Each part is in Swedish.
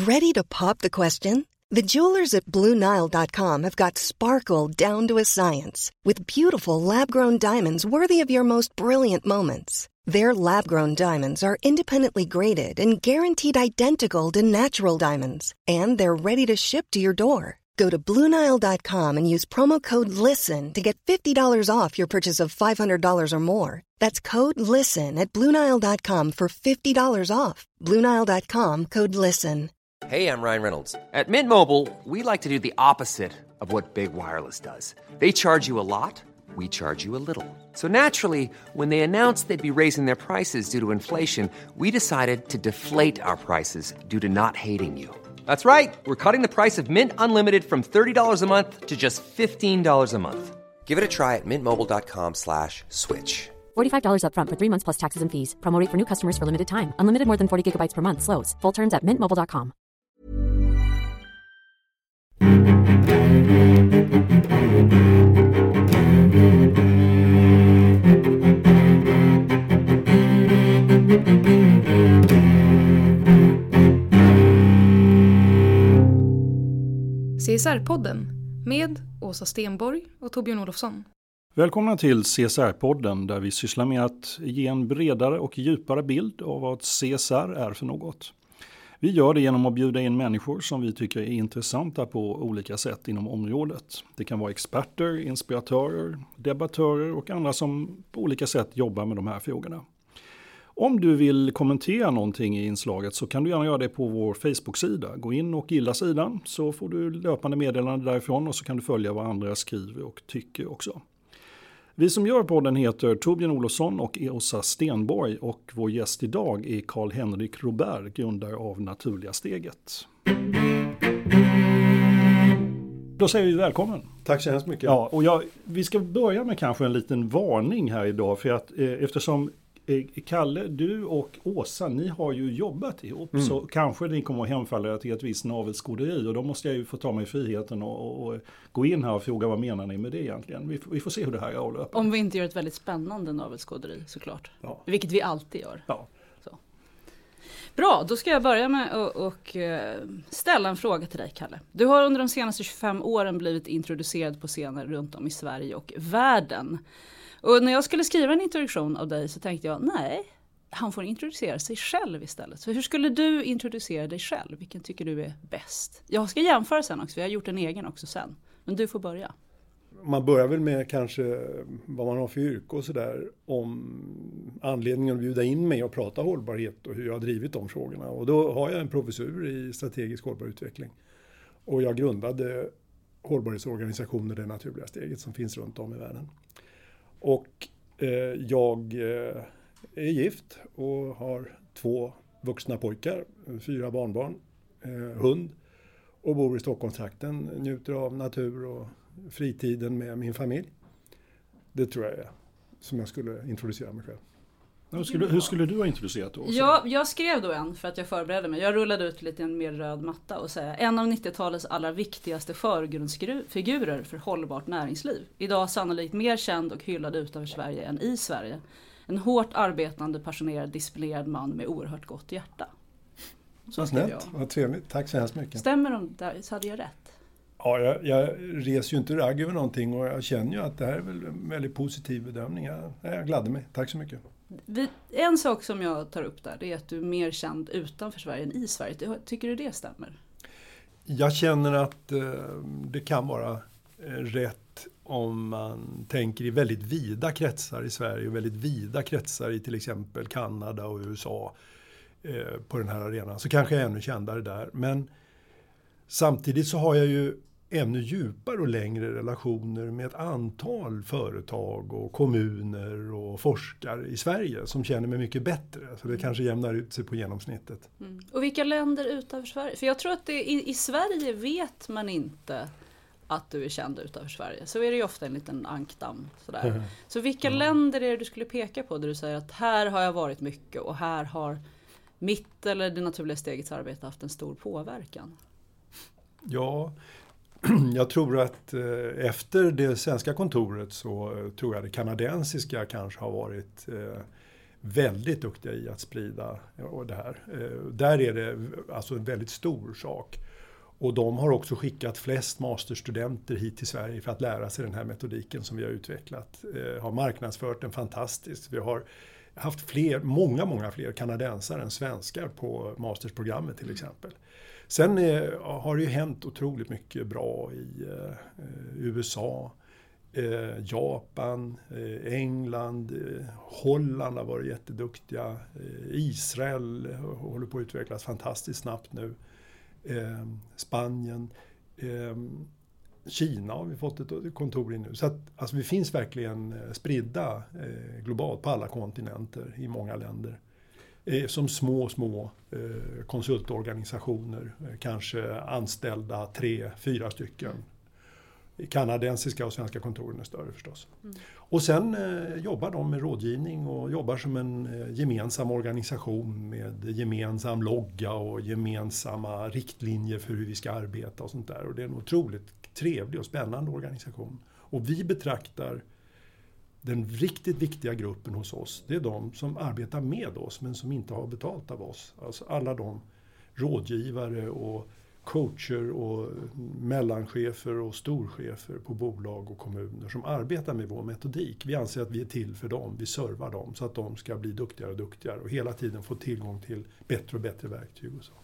Ready to pop the question? The jewelers at BlueNile.com have got sparkle down to a science with beautiful lab-grown diamonds worthy of your most brilliant moments. Their lab-grown diamonds are independently graded and guaranteed identical to natural diamonds, and they're ready to ship to your door. Go to BlueNile.com and use promo code LISTEN to get $50 off your purchase of $500 or more. That's code LISTEN at BlueNile.com for $50 off. BlueNile.com, code LISTEN. Hey, I'm Ryan Reynolds. At Mint Mobile, we like to do the opposite of what Big Wireless does. They charge you a lot, we charge you a little. So naturally, when they announced they'd be raising their prices due to inflation, we decided to deflate our prices due to not hating you. That's right. We're cutting the price of Mint Unlimited from $30 a month to just $15 a month. Give it a try at mintmobile.com/switch. $45 up front for 3 months plus taxes and fees. Promo rate for new customers for limited time. Unlimited more than 40 gigabytes per month. Slows full terms at mintmobile.com. CSR-podden med Åsa Stenborg och Torbjörn Olofsson. Välkomna till CSR-podden där vi sysslar med att ge en bredare och djupare bild av vad CSR är för något. Vi gör det genom att bjuda in människor som vi tycker är intressanta på olika sätt inom området. Det kan vara experter, inspiratörer, debattörer och andra som på olika sätt jobbar med de här frågorna. Om du vill kommentera någonting i inslaget så kan du gärna göra det på vår Facebook-sida. Gå in och gilla sidan så får du löpande meddelande därifrån och så kan du följa vad andra skriver och tycker också. Vi som gör podden heter Torbjörn Olofsson och Åsa Stenborg och vår gäst idag är Carl-Henrik Robert, grundare av Naturliga Steget. Då säger vi välkommen. Tack så hemskt mycket. Ja, och vi ska börja med kanske en liten varning här idag för att eftersom Kalle, du och Åsa, ni har ju jobbat ihop så kanske ni kommer att hemfalla till ett visst navelskåderi och då måste jag ju få ta mig friheten och gå in här och fråga vad menar ni med det egentligen. Vi får se hur det här avlöper. Om vi inte gör ett väldigt spännande navelskåderi såklart. Ja. Vilket vi alltid gör. Ja. Så. Bra, då ska jag börja med att ställa en fråga till dig, Kalle. Du har under de senaste 25 åren blivit introducerad på scener runt om i Sverige och världen. Och när jag skulle skriva en introduktion av dig så tänkte jag, nej, han får introducera sig själv istället. Så hur skulle du introducera dig själv? Vilken tycker du är bäst? Jag ska jämföra sen också, för jag har gjort en egen också sen. Men du får börja. Man börjar väl med kanske vad man har för yrke och sådär. Om anledningen att bjuda in mig och prata hållbarhet och hur jag har drivit de frågorna. Och då har jag en professur i strategisk hållbar utveckling. Och jag grundade hållbarhetsorganisationer, Det Naturliga Steget, som finns runt om i världen. Och jag är gift och har 2 vuxna pojkar, 4 barnbarn, hund och bor i Stockholmstrakten, njuter av natur och fritiden med min familj. Det tror jag är som jag skulle introducera mig själv. Hur skulle du ha introducerat då? Jag skrev då en för att jag förberedde mig. Jag rullade ut lite en mer röd matta och säga en av 90-talets allra viktigaste förgrundsfigurer för hållbart näringsliv. Idag sannolikt mer känd och hyllad utanför Sverige än i Sverige. En hårt arbetande, passionerad, disciplinerad man med oerhört gott hjärta. Så snällt, vad trevligt. Tack så hemskt mycket. Stämmer de där, så hade jag rätt. Ja, jag reser ju inte ragg över någonting och jag känner ju att det här är väl en väldigt positiv bedömning. Jag gladde mig. Tack så mycket. En sak som jag tar upp där, det är att du är mer känd utanför Sverige än i Sverige. Tycker du det stämmer? Jag känner att det kan vara rätt om man tänker i väldigt vida kretsar i Sverige och väldigt vida kretsar i till exempel Kanada och USA på den här arenan. Så kanske jag är ännu kändare där. Men samtidigt så har jag ju ännu djupare och längre relationer med ett antal företag och kommuner och forskare i Sverige som känner mig mycket bättre. Så det kanske jämnar ut sig på genomsnittet. Mm. Och vilka länder utanför Sverige? För jag tror att i Sverige vet man inte att du är känd utanför Sverige. Så är det ju ofta en liten ankdamm. Sådär. Så vilka länder är det du skulle peka på där du säger att här har jag varit mycket och här har mitt eller Det Naturliga Stegets arbete haft en stor påverkan? Ja, jag tror att efter det svenska kontoret så tror jag det kanadensiska kanske har varit väldigt duktiga i att sprida det här. Där är det alltså en väldigt stor sak. Och de har också skickat flest masterstudenter hit till Sverige för att lära sig den här metodiken som vi har utvecklat. Har marknadsfört den fantastiskt. Vi har haft många fler kanadensare än svenskar på mastersprogrammet till exempel. Sen har det ju hänt otroligt mycket bra i USA, Japan, England, Holland har varit jätteduktiga. Israel håller på att utvecklas fantastiskt snabbt nu. Spanien, Kina har vi fått ett kontor i nu. Så att, alltså, vi finns verkligen spridda globalt på alla kontinenter i många länder. Som små konsultorganisationer, kanske anställda 3-4 stycken. Kanadensiska och svenska kontoren är större förstås. Och sen jobbar de med rådgivning och jobbar som en gemensam organisation med gemensam logga och gemensamma riktlinjer för hur vi ska arbeta och sånt där. Och det är en otroligt trevlig och spännande organisation. Och vi betraktar den riktigt viktiga gruppen hos oss, det är de som arbetar med oss men som inte har betalt av oss. Alltså alla de rådgivare och coacher och mellanchefer och storchefer på bolag och kommuner som arbetar med vår metodik. Vi anser att vi är till för dem, vi servar dem så att de ska bli duktigare och duktigare och hela tiden få tillgång till bättre och bättre verktyg och så.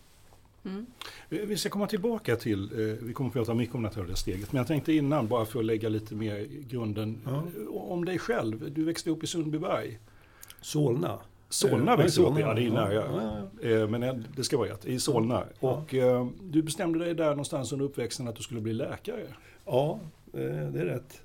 Vi ska komma tillbaka till, vi kommer att prata mycket om det här steget, men jag tänkte innan bara för att lägga lite mer grunden om dig själv. Du växte upp i Sundbyberg. Solna växte upp, ja det är nära. Men det ska vara rätt, i Solna. Och du bestämde dig där någonstans under uppväxten att du skulle bli läkare. Ja, det är rätt.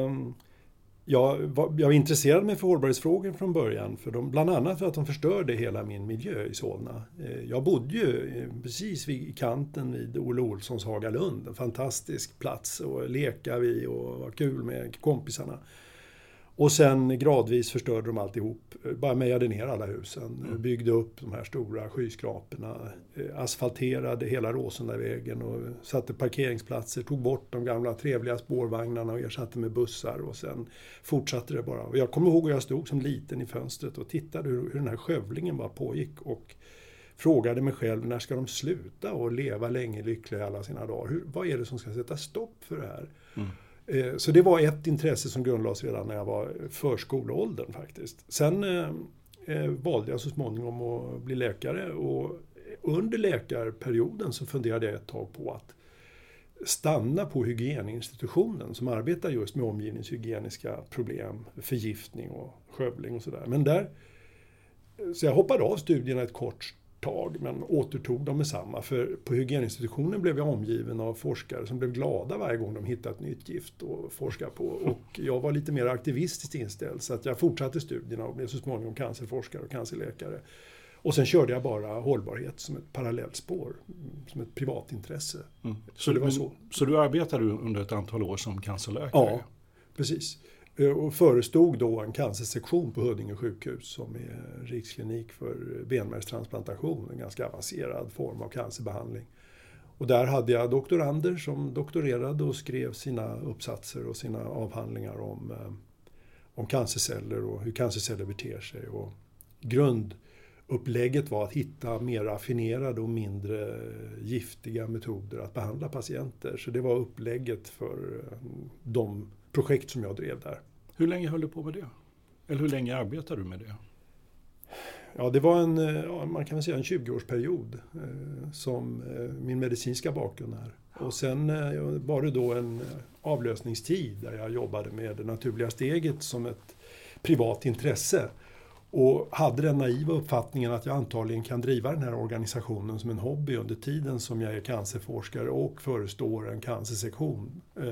Jag var intresserad mig för hållbarhetsfrågor från början, bland annat för att de förstörde hela min miljö i Solna. Jag bodde ju precis vid kanten vid Olle Olssons Hagalund, en fantastisk plats att leka vid och var kul med kompisarna. Och sen gradvis förstörde de alltihop, bara mejade ner alla husen, byggde upp de här stora skyskraporna, asfalterade hela Råsundavägen och satte parkeringsplatser, tog bort de gamla trevliga spårvagnarna och ersatte med bussar och sen fortsatte det bara. Och jag kommer ihåg att jag stod som liten i fönstret och tittade hur den här skövlingen bara pågick och frågade mig själv, när ska de sluta och leva länge lyckliga i alla sina dagar? Vad är det som ska sätta stopp för det här? Så det var ett intresse som grundlades redan när jag var förskoleåldern faktiskt. Sen valde jag så småningom att bli läkare och under läkarperioden så funderade jag ett tag på att stanna på hygieninstitutionen som arbetar just med omgivningshygieniska problem, förgiftning och skövling och sådär. Så jag hoppade av studierna ett kort tag men återtog dem med samma. För på hygieninstitutionen blev jag omgiven av forskare som blev glada varje gång de hittade ett nytt gift att forska på. Och jag var lite mer aktivistiskt inställd så att jag fortsatte studierna och blev så småningom cancerforskare och cancerläkare. Och sen körde jag bara hållbarhet som ett parallellt spår, som ett privatintresse. Så det var så. Så du arbetade under ett antal år som cancerläkare? Ja, precis. Och förestod då en cancersektion på Huddinge sjukhus som är riksklinik för benmärgstransplantation, en ganska avancerad form av cancerbehandling. Och där hade jag doktorander som doktorerade och skrev sina uppsatser och sina avhandlingar om cancerceller och hur cancerceller beter sig. Och grundupplägget var att hitta mer raffinerade och mindre giftiga metoder att behandla patienter. Så det var upplägget för de projekt som jag drev där. Hur länge höll du på med det? Eller hur länge arbetade du med det? Ja, det var man kan väl säga en 20-årsperiod som min medicinska bakgrund är. Och sen var det då en avlösningstid där jag jobbade med det naturliga steget som ett privat intresse. Och hade den naiva uppfattningen att jag antagligen kan driva den här organisationen som en hobby under tiden som jag är cancerforskare och förestår en cancersektion.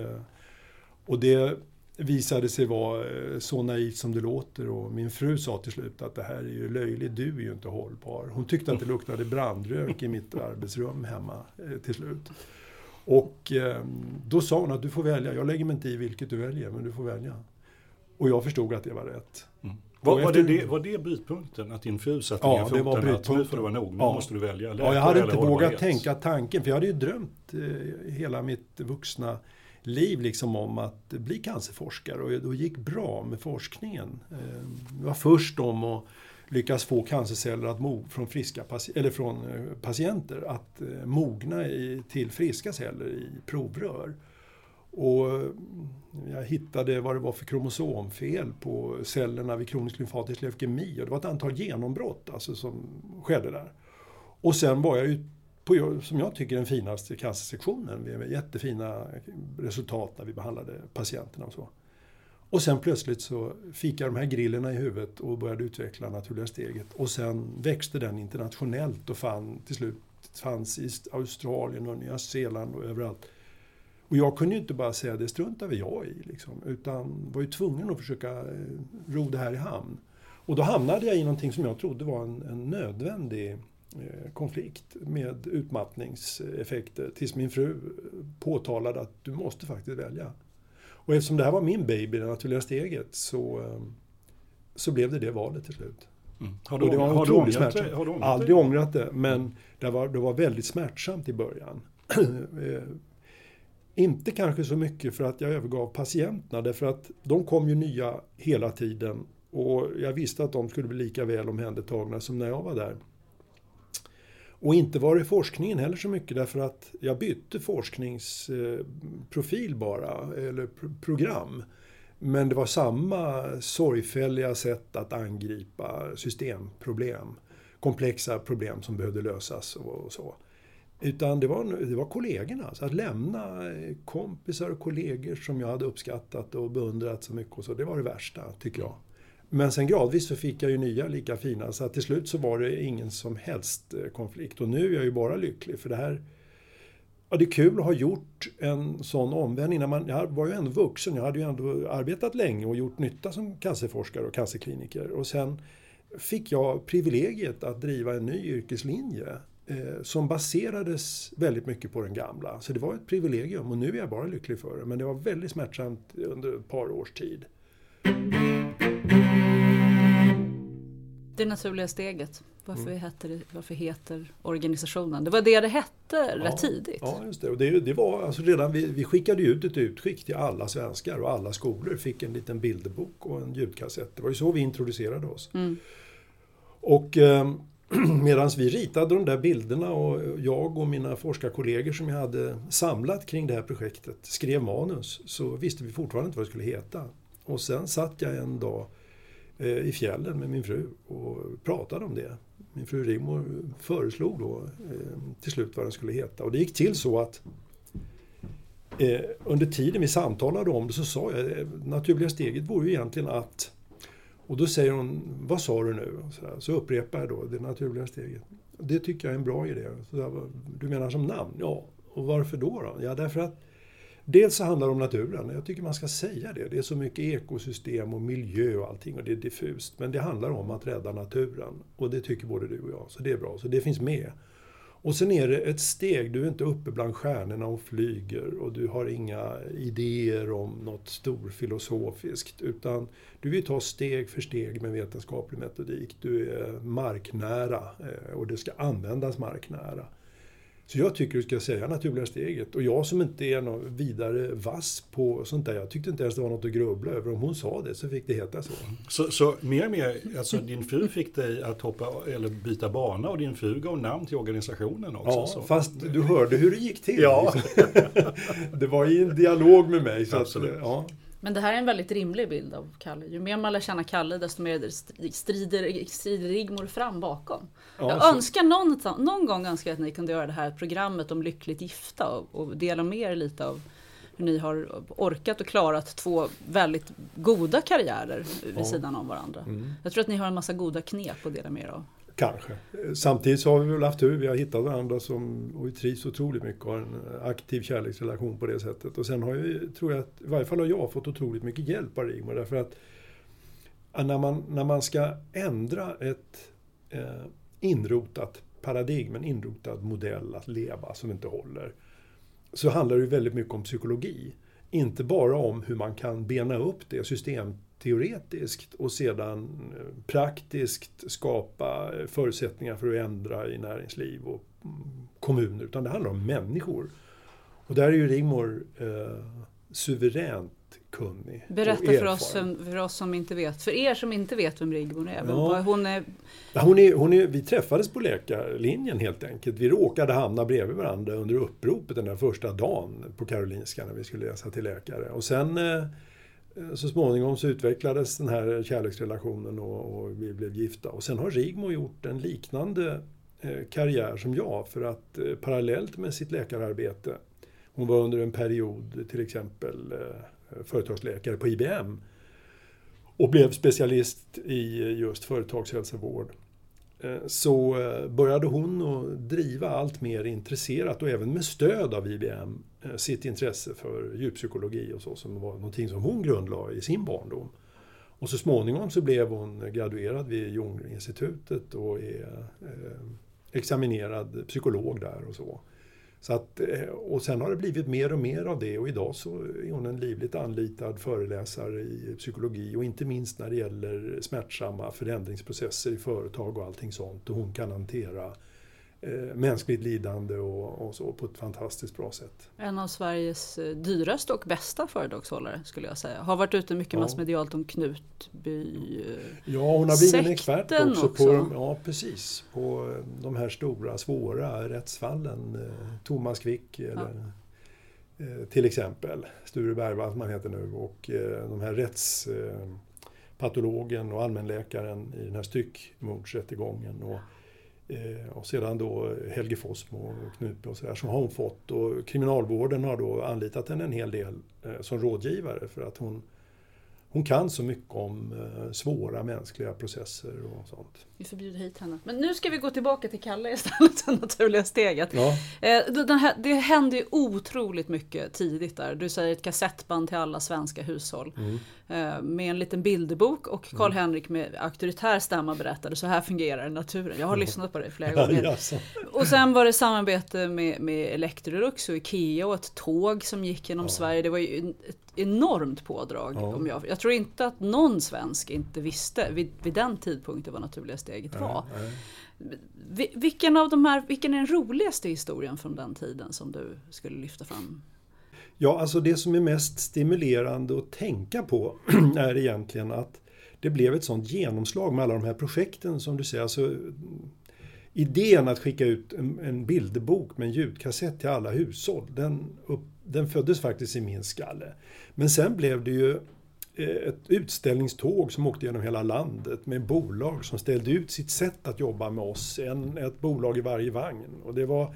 Och det visade sig vara så naivt som det låter och min fru sa till slut att det här är ju löjligt, du är ju inte hållbar. Hon tyckte att det luktade brandrök i mitt arbetsrum hemma till slut. Och då sa hon att du får välja, jag lägger mig inte i vilket du väljer men du får välja. Och jag förstod att det var rätt. Var det brytpunkten att din fru satte ner foten? Det var brytpunkten. Nu får det vara nog, nu måste du välja. Ja, jag hade inte vågat tänka tanken, för jag hade ju drömt hela mitt vuxna liv liksom om att bli cancerforskare och då gick bra med forskningen. Det var först om att lyckas få cancerceller att från patienter att mogna till friska celler i provrör. Och jag hittade vad det var för kromosomfel på cellerna vid kronisk lymfatisk leukemi. Och det var ett antal genombrott alltså, som skedde där. Och sen var jag ju på, som jag tycker, den finaste cancersektionen. Vi hade jättefina resultat när vi behandlade patienterna och så. Och sen plötsligt så fick jag de här grillerna i huvudet och började utveckla naturliga steget. Och sen växte den internationellt och till slut fanns i Australien och Nya Zeeland och överallt. Och jag kunde ju inte bara säga det struntar vi jag i liksom, utan var ju tvungen att försöka ro det här i hamn. Och då hamnade jag i någonting som jag trodde var en nödvändig konflikt med utmattningseffekter tills min fru påtalade att du måste faktiskt välja. Och eftersom det här var min baby, det naturliga steget, så blev det valet till slut. Mm. Har du ångrat det? Aldrig ångrat det, men det var väldigt smärtsamt i början. Inte kanske så mycket för att jag övergav patienterna, därför att de kom ju nya hela tiden och jag visste att de skulle bli lika väl omhändertagna som när jag var där. Och inte var det forskningen heller så mycket, därför att jag bytte forskningsprofil bara, eller program. Men det var samma sorgfälliga sätt att angripa systemproblem, komplexa problem som behövde lösas och så. Utan det var kollegorna, så att lämna kompisar och kollegor som jag hade uppskattat och beundrat så mycket och så, det var det värsta tycker jag. Men sen gradvis så fick jag ju nya lika fina, så att till slut så var det ingen som helst konflikt. Och nu är jag ju bara lycklig för det här. Ja, det är kul att ha gjort en sån omvändning. Jag var ju ändå vuxen, jag hade ju ändå arbetat länge och gjort nytta som cancerforskare och cancerkliniker. Och sen fick jag privilegiet att driva en ny yrkeslinje som baserades väldigt mycket på den gamla. Så det var ett privilegium och nu är jag bara lycklig för det. Men det var väldigt smärtsamt under ett par års tid. Det naturliga steget. Varför heter organisationen? Det var det hette rätt tidigt. Ja, just det. Och det var alltså redan, vi skickade ut ett utskick till alla svenskar och alla skolor fick en liten bilderbok och en ljudkassett. Det var ju så vi introducerade oss. Mm. Och medan vi ritade de där bilderna och jag och mina forskarkollegor som jag hade samlat kring det här projektet skrev manus, så visste vi fortfarande inte vad det skulle heta. Och sen satt jag en dag i fjällen med min fru och pratade om det. Min fru Rigmor föreslog då till slut vad den skulle heta. Och det gick till så att under tiden vi samtalade om det så sa jag naturliga steget vore ju egentligen att, och då säger hon, vad sa du nu? Så upprepar jag då det naturliga steget. Det tycker jag är en bra idé. Så du menar som namn? Ja, och varför då? Ja, därför att dels så handlar det om naturen. Jag tycker man ska säga det. Det är så mycket ekosystem och miljö och allting och det är diffust. Men det handlar om att rädda naturen. Och det tycker både du och jag. Så det är bra. Så det finns med. Och sen är det ett steg. Du är inte uppe bland stjärnorna och flyger. Och du har inga idéer om något storfilosofiskt. Utan du vill ta steg för steg med vetenskaplig metodik. Du är marknära. Och det ska användas marknära. Så jag tycker du ska säga naturliga steget. Och jag som inte är någon vidare vass på sånt där, jag tyckte inte ens det var något att grubbla över. Om hon sa det så fick det heta så. Så mer och mer, alltså din fru fick dig att hoppa eller byta bana och din fru gav namn till organisationen också. Ja, så. Fast du hörde hur det gick till. Ja. Det var i en dialog med mig. Så absolut. Att, ja. Men det här är en väldigt rimlig bild av Kalle. Ju mer man lär känna Kalle, desto mer strider Rigmor fram bakom. Ja, jag önskar någon gång att ni kunde göra det här programmet om lyckligt gifta och dela med er lite av hur ni har orkat och klarat två väldigt goda karriärer vid sidan om varandra. Mm. Jag tror att ni har en massa goda knep att dela med er av. Kanske. Samtidigt så har vi väl haft tur. Vi har hittat varandra och vi trivs otroligt mycket och har en aktiv kärleksrelation på det sättet. Och sen har jag, tror jag att, i varje fall har jag fått otroligt mycket hjälp av Rigmor. Därför att när man ska ändra ett inrotat paradigm, en inrotad modell att leva som inte håller, så handlar det väldigt mycket om psykologi. Inte bara om hur man kan bena upp det systemteoretiskt och sedan praktiskt skapa förutsättningar för att ändra i näringsliv och kommuner, utan det handlar om människor. Och där är ju Rigmor suveränt kunnig. Berätta för oss som inte vet. För er som inte vet vem Rigmor är. Ja. Vi träffades på läkarlinjen helt enkelt. Vi råkade hamna bredvid varandra under uppropet den där första dagen på Karolinska när vi skulle läsa till läkare. Och sen så småningom så utvecklades den här kärleksrelationen och vi blev gifta. Och sen har Rigmor gjort en liknande karriär som jag, för att parallellt med sitt läkararbete, hon var under en period till exempel företagsläkare på IBM och blev specialist i just företagshälsovård, så började hon att driva allt mer intresserat och även med stöd av IBM sitt intresse för djuppsykologi och så, som var någonting som hon grundlade i sin barndom. Och så småningom så blev hon graduerad vid Junginstitutet och är examinerad psykolog där och så. Så att, och sen har det blivit mer och mer av det, och idag så är hon en livligt anlitad föreläsare i psykologi, och inte minst när det gäller smärtsamma förändringsprocesser i företag och allting sånt. Och hon kan hantera mänskligt lidande och så på ett fantastiskt bra sätt. En av Sveriges dyraste och bästa företagshållare skulle jag säga. Har varit ute mycket massmedialt om Knutby. Ja, hon har blivit en expert också. På de här stora, svåra rättsfallen. Thomas Quick eller till exempel Sture Bergvall, man heter nu, och de här rättspatologen och allmänläkaren i den här styckmordsrättegången och sedan då Helge Fossmo och Knutby och sådär, som har hon fått, och kriminalvården har då anlitat henne en hel del som rådgivare, för att hon kan så mycket om svåra mänskliga processer och sånt. Vi förbjuder hit henne. Men nu ska vi gå tillbaka till Kalle istället, det naturliga steget. Ja. Det hände ju otroligt mycket tidigt där. Du säger ett kassettband till alla svenska hushåll. Med en liten bilderbok, och Karl-Henrik med auktoritär stämma berättade: så här fungerar naturen. Jag har lyssnat på det flera gånger. Ja, och sen var det samarbete med Electrolux och Ikea och ett tåg som gick genom Sverige. Det var ju ett enormt pådrag. Jag tror inte att någon svensk inte visste vid den tidpunkten vad naturliga steget var. Vilken är den roligaste historien från den tiden som du skulle lyfta fram? Ja, alltså det som är mest stimulerande att tänka på är egentligen att det blev ett sånt genomslag med alla de här projekten som du säger. Alltså, idén att skicka ut en bilderbok med en ljudkassett till alla hushåll, den föddes faktiskt i min skalle. Men sen blev det ju ett utställningståg som åkte genom hela landet med bolag som ställde ut sitt sätt att jobba med oss. Ett bolag i varje vagn. Och det var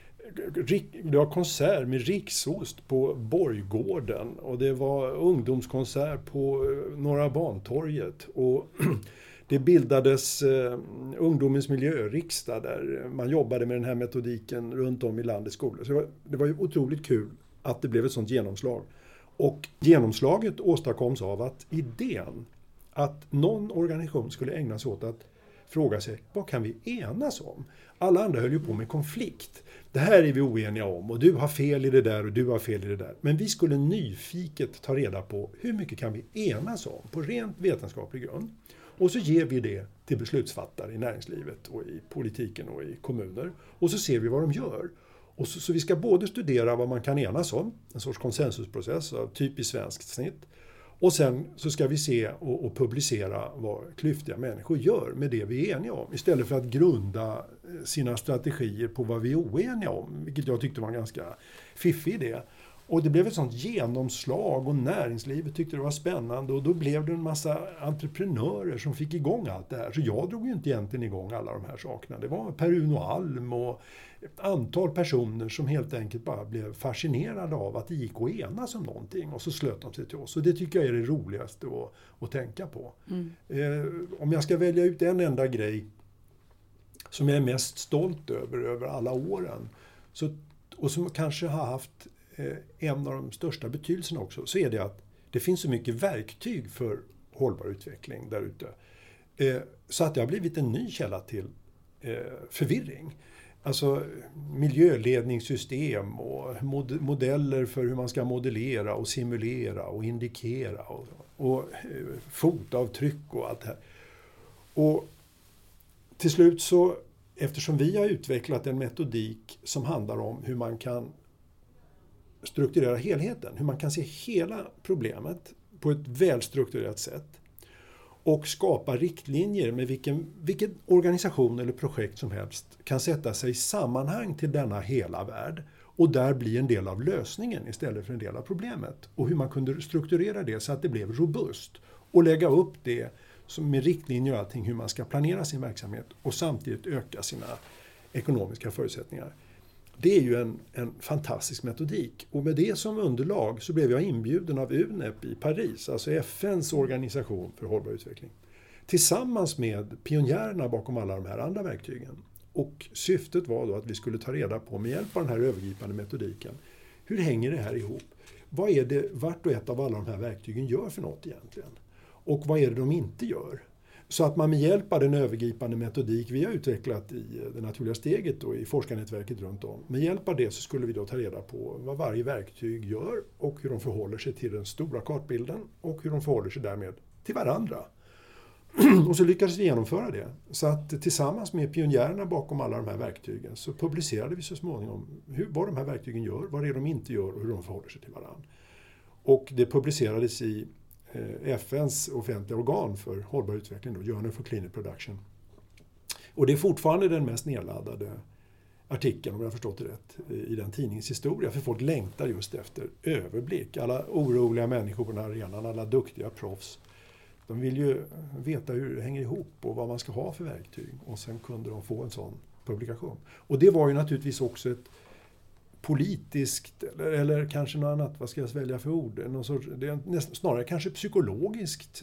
konsert med riksost på Borggården, och det var ungdomskonsert på Norra Bantorget, och det bildades ungdomens miljöriksdag där man jobbade med den här metodiken runt om i landets skolor. Så det var ju otroligt kul att det blev ett sånt genomslag. Och genomslaget åstadkoms av att idén att någon organisation skulle ägna sig åt att fråga sig: vad kan vi enas om? Alla andra höll ju på med konflikt. Det här är vi oeniga om, och du har fel i det där och du har fel i det där. Men vi skulle nyfiket ta reda på hur mycket kan vi enas om på rent vetenskaplig grund. Och så ger vi det till beslutsfattare i näringslivet och i politiken och i kommuner. Och så ser vi vad de gör. Och så vi ska både studera vad man kan enas om, en sorts konsensusprocess av typiskt svenskt snitt. Och sen så ska vi se och publicera vad klyftiga människor gör med det vi är eniga om. Istället för att grunda sina strategier på vad vi är oeniga om. Vilket jag tyckte var en ganska fiffig idé. Och det blev ett sånt genomslag, och näringslivet tyckte det var spännande. Och då blev det en massa entreprenörer som fick igång allt det här. Så jag drog ju inte egentligen igång alla de här sakerna. Det var Per-Uno Alm och ett antal personer som helt enkelt bara blev fascinerade av att det gick att enas om någonting. Och så slöt de sig till oss. Och det tycker jag är det roligaste att tänka på. Om jag ska välja ut en enda grej som jag är mest stolt över alla åren. Och som kanske har haft en av de största betydelserna också, så är det att det finns så mycket verktyg för hållbar utveckling där ute. Så att det har blivit en ny källa till förvirring. Alltså miljöledningssystem och modeller för hur man ska modellera och simulera och indikera och fotavtryck och allt det här. Och till slut så, eftersom vi har utvecklat en metodik som handlar om hur man kan strukturera helheten. Hur man kan se hela problemet på ett välstrukturerat sätt. Och skapa riktlinjer med vilken organisation eller projekt som helst kan sätta sig i sammanhang till denna hela värld. Och där blir en del av lösningen istället för en del av problemet. Och hur man kunde strukturera det så att det blev robust. Och lägga upp det som med riktlinjer och allting hur man ska planera sin verksamhet. Och samtidigt öka sina ekonomiska förutsättningar. Det är ju en fantastisk metodik. Och med det som underlag så blev jag inbjuden av UNEP i Paris. Alltså FNs organisation för hållbar utveckling. Tillsammans med pionjärerna bakom alla de här andra verktygen. Och syftet var då att vi skulle ta reda på med hjälp av den här övergripande metodiken. Hur hänger det här ihop? Vad är det vart och ett av alla de här verktygen gör för något egentligen? Och vad är det de inte gör? Så att man med hjälp av den övergripande metodik vi har utvecklat i det naturliga steget och i forskarnätverket runt om. Med hjälp av det så skulle vi då ta reda på vad varje verktyg gör och hur de förhåller sig till den stora kartbilden och hur de förhåller sig därmed till varandra. Och så lyckades vi genomföra det. Så att tillsammans med pionjärerna bakom alla de här verktygen så publicerade vi så småningom vad de här verktygen gör, vad det är de inte gör och hur de förhåller sig till varandra. Och det publicerades i FNs offentliga organ för hållbar utveckling, då, Journal for Cleaner Production. Och det är fortfarande den mest nedladdade artikeln, om jag har förstått det rätt, i den tidningens historia. För folk längtar just efter överblick. Alla oroliga människor på den här arenan, alla duktiga proffs. De vill ju veta hur det hänger ihop och vad man ska ha för verktyg. Och sen kunde de få en sån publikation. Och det var ju naturligtvis också ett politiskt, eller kanske något annat, vad ska jag välja för ord? Det är snarare kanske psykologiskt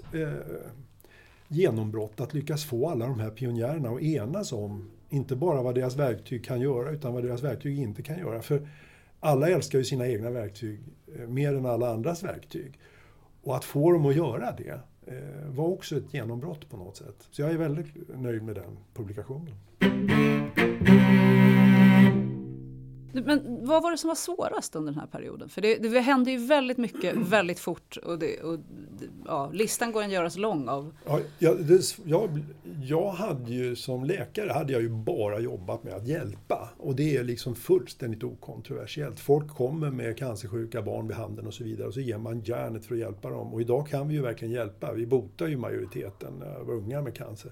genombrott att lyckas få alla de här pionjärerna att enas om inte bara vad deras verktyg kan göra utan vad deras verktyg inte kan göra. För alla älskar ju sina egna verktyg mer än alla andras verktyg. Och att få dem att göra det var också ett genombrott på något sätt. Så jag är väldigt nöjd med den publikationen. Men vad var det som var svårast under den här perioden? För det hände ju väldigt mycket, väldigt fort. Och listan går att göras lång av. Jag hade ju som läkare hade jag ju bara jobbat med att hjälpa. Och det är liksom fullständigt okontroversiellt. Folk kommer med cancersjuka barn vid handen och så vidare. Och så ger man järnet för att hjälpa dem. Och idag kan vi ju verkligen hjälpa. Vi botar ju majoriteten av unga med cancer.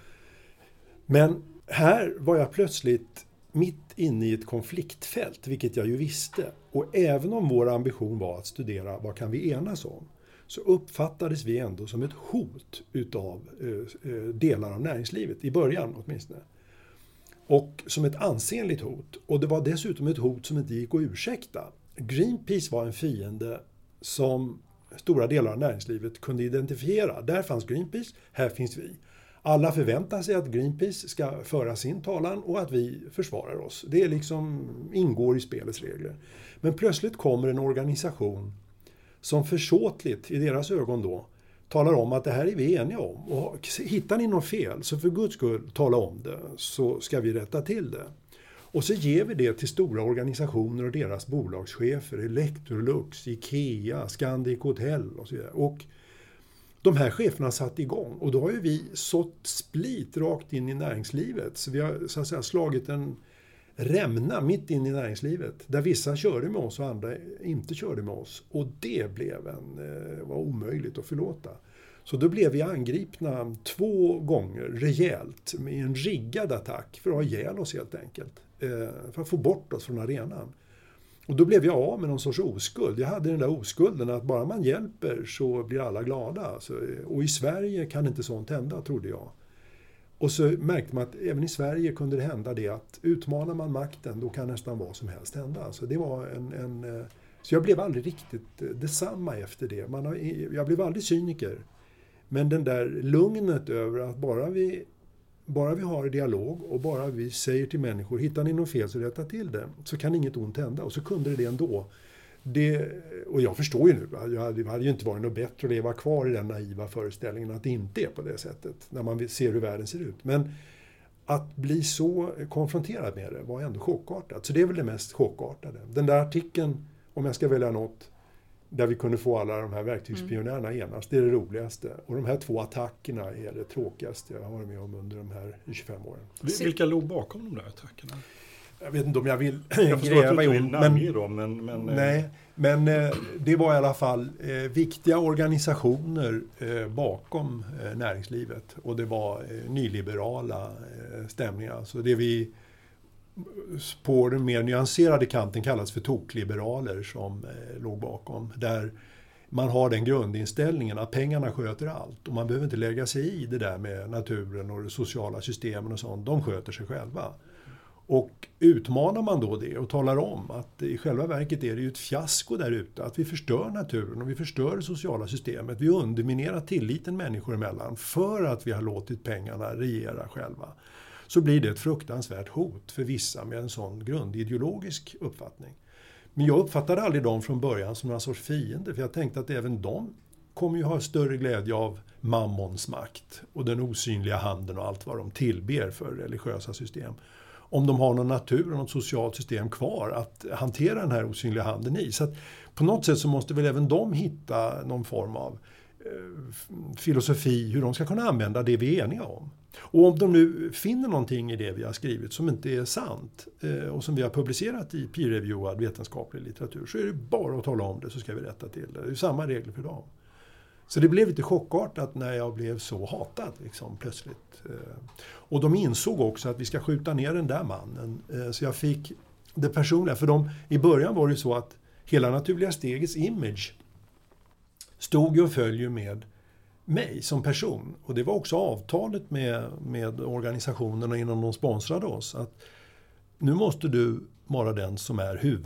Men här var jag plötsligt mitt inne i ett konfliktfält, vilket jag ju visste. Och även om vår ambition var att studera vad kan vi enas om, så uppfattades vi ändå som ett hot utav delar av näringslivet, i början åtminstone. Och som ett ansenligt hot. Och det var dessutom ett hot som inte gick att ursäkta. Greenpeace var en fiende som stora delar av näringslivet kunde identifiera. Där fanns Greenpeace, här finns vi. Alla förväntar sig att Greenpeace ska föra sin talan och att vi försvarar oss. Det är liksom ingår i spelets regler. Men plötsligt kommer en organisation som försåtligt, i deras ögon då, talar om att det här är vi eniga om. Och hittar ni något fel, så för Guds skull tala om det, så ska vi rätta till det. Och så ger vi det till stora organisationer och deras bolagschefer, Electrolux, Ikea, Scandic Hotel och så vidare. Och de här cheferna satt igång och då har ju vi sått split rakt in i näringslivet. Så vi har så att säga slagit en rämna mitt in i näringslivet. Där vissa körde med oss och andra inte körde med oss. Och det var omöjligt att förlåta. Så då blev vi angripna 2 gånger rejält med en riggad attack för att ha ihjäl oss helt enkelt. För att få bort oss från arenan. Och då blev jag av med någon sorts oskuld. Jag hade den där oskulden att bara man hjälper så blir alla glada. Alltså, och i Sverige kan inte sånt hända, trodde jag. Och så märkte man att även i Sverige kunde det hända det att utmanar man makten, då kan nästan vad som helst hända. Alltså, det var så jag blev aldrig riktigt detsamma efter det. Jag blev aldrig cyniker. Men den där lugnet över att bara vi har dialog och bara vi säger till människor, hittar ni något fel så rätta till det, så kan inget ont hända. Och så kunde det ändå. Och jag förstår ju nu, det hade ju inte varit något bättre att leva kvar i den naiva föreställningen att det inte är på det sättet, när man ser hur världen ser ut. Men att bli så konfronterad med det var ändå chockartat. Så det är väl det mest chockartade. Den där artikeln, om jag ska välja något, där vi kunde få alla de här verktygspionjärerna enas, det är det roligaste. Och de här 2 attackerna är det tråkigaste jag har varit med om under de här 25 åren. Vilka låg bakom de där attackerna? jag vet inte om jag vill jag gräva i men nej, men det var i alla fall viktiga organisationer bakom näringslivet, och det var nyliberala stämningar. Så det vi på den mer nyanserade kanten kallas för tokliberaler som låg bakom, där man har den grundinställningen att pengarna sköter allt och man behöver inte lägga sig i det där med naturen och de sociala systemen och sånt. De sköter sig själva. Och utmanar man då det och talar om att i själva verket är det ju ett fiasko där ute, att vi förstör naturen och vi förstör det sociala systemet. Vi underminerar tilliten människor emellan för att vi har låtit pengarna regera själva. Så blir det ett fruktansvärt hot för vissa med en sån grundideologisk uppfattning. Men jag uppfattade aldrig dem från början som några sorts fiender, för jag tänkte att även de kommer ju ha större glädje av mammons makt och den osynliga handen och allt vad de tillber för religiösa system. Om de har någon natur och något socialt system kvar att hantera den här osynliga handen i. Så att på något sätt så måste väl även de hitta någon form av filosofi hur de ska kunna använda det vi är eniga om. Och om de nu finner någonting i det vi har skrivit som inte är sant och som vi har publicerat i peer-reviewad vetenskaplig litteratur, så är det bara att tala om det, så ska vi rätta till det. Det är samma regler för dem. Så det blev lite chockartat när jag blev så hatad liksom, plötsligt. Och de insåg också att vi ska skjuta ner den där mannen. Så jag fick det personliga. För i början var det så att hela Naturliga Stegets image stod och följer med mig som person. Och det var också avtalet med organisationerna innan de sponsrade oss. Att nu måste du vara den som är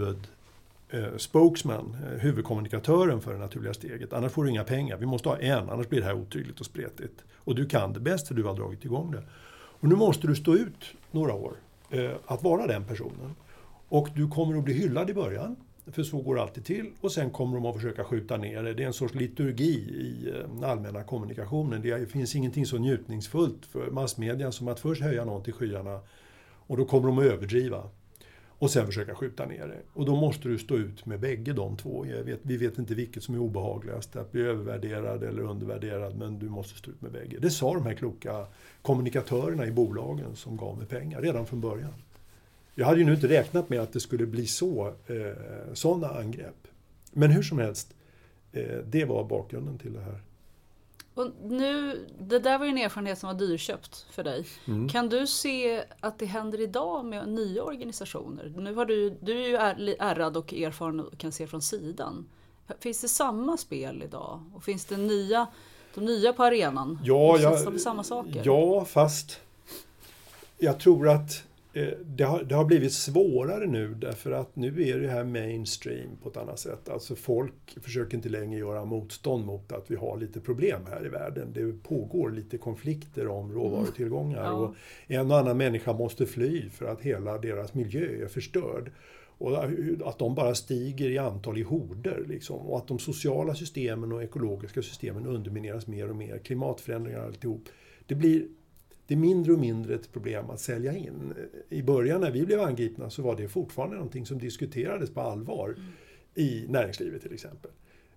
spokesman, huvudkommunikatören för det Naturliga Steget. Annars får du inga pengar. Vi måste ha en, annars blir det här otydligt och spretigt. Och du kan det bäst för du har dragit igång det. Och nu måste du stå ut några år att vara den personen. Och du kommer att bli hyllad i början. För så går det alltid till. Och sen kommer de att försöka skjuta ner det. Det är en sorts liturgi i allmänna kommunikationen. Det finns ingenting så njutningsfullt för massmedia som att först höja någon till skyarna. Och då kommer de att överdriva. Och sen försöka skjuta ner det. Och då måste du stå ut med bägge de två. Vi vet inte vilket som är obehagligast. Att bli övervärderad eller undervärderad. Men du måste stå ut med bägge. Det sa de här kloka kommunikatörerna i bolagen som gav mig pengar redan från början. Jag hade ju nu inte räknat med att det skulle bli sådana angrepp. Men hur som helst, det var bakgrunden till det här. Och nu, det där var ju en erfarenhet som var dyrköpt för dig. Mm. Kan du se att det händer idag med nya organisationer? Nu har du är ju ärrad och erfaren och kan se från sidan. Finns det samma spel idag? Och finns det de nya på arenan? Ja, de samma saker? Ja, fast jag tror att det har blivit svårare nu, därför att nu är det här mainstream på ett annat sätt. Alltså folk försöker inte längre göra motstånd mot att vi har lite problem här i världen. Det pågår lite konflikter om råvarutillgångar. Ja. Och en och annan människa måste fly för att hela deras miljö är förstörd. Och att de bara stiger i antal i horder. Liksom. Och att de sociala systemen och ekologiska systemen undermineras mer och mer. Klimatförändringar och alltihop. Det är mindre och mindre ett problem att sälja in. I början när vi blev angripna så var det fortfarande någonting som diskuterades på allvar i näringslivet till exempel.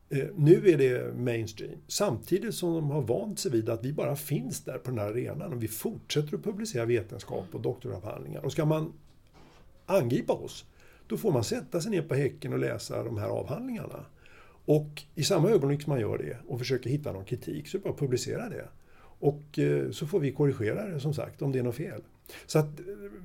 Nu är det mainstream. Samtidigt som de har vant sig vid att vi bara finns där på den här arenan och vi fortsätter att publicera vetenskap och doktoravhandlingar. Och ska man angripa oss, då får man sätta sig ner på häcken och läsa de här avhandlingarna. Och i samma ögonblick som man gör det och försöker hitta någon kritik så bara publicera det. Och så får vi korrigera det som sagt om det är något fel. Så att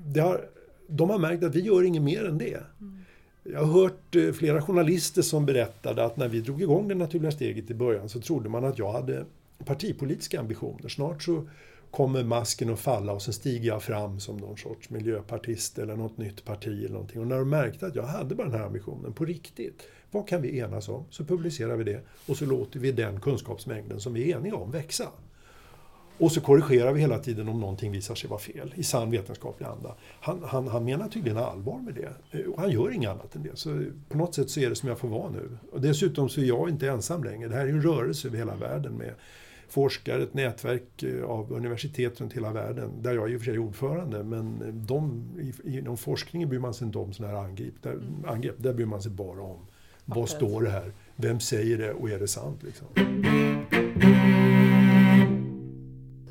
de har märkt att vi gör inget mer än det. Jag har hört flera journalister som berättade att när vi drog igång det Naturliga Steget i början så trodde man att jag hade partipolitiska ambitioner. Snart så kommer masken att falla och sen stiger jag fram som någon sorts miljöpartist eller något nytt parti eller någonting. Och när de märkte att jag hade bara den här ambitionen på riktigt, vad kan vi enas om? Så publicerar vi det och så låter vi den kunskapsmängden som vi är eniga om växa. Och så korrigerar vi hela tiden om någonting visar sig vara fel i sann vetenskaplig anda. Han menar tydligen allvar med det. Och han gör inget annat än det. Så på något sätt så är det som jag får vara nu. Och dessutom så är jag inte ensam längre. Det här är en rörelse över hela världen med forskare, ett nätverk av universitet runt hela världen. Där jag är i och för sig ordförande. Men inom forskningen bryr man sig inte om sådana här angrepp. Där bryr man sig bara om vad står det här? Vem säger det och är det sant liksom?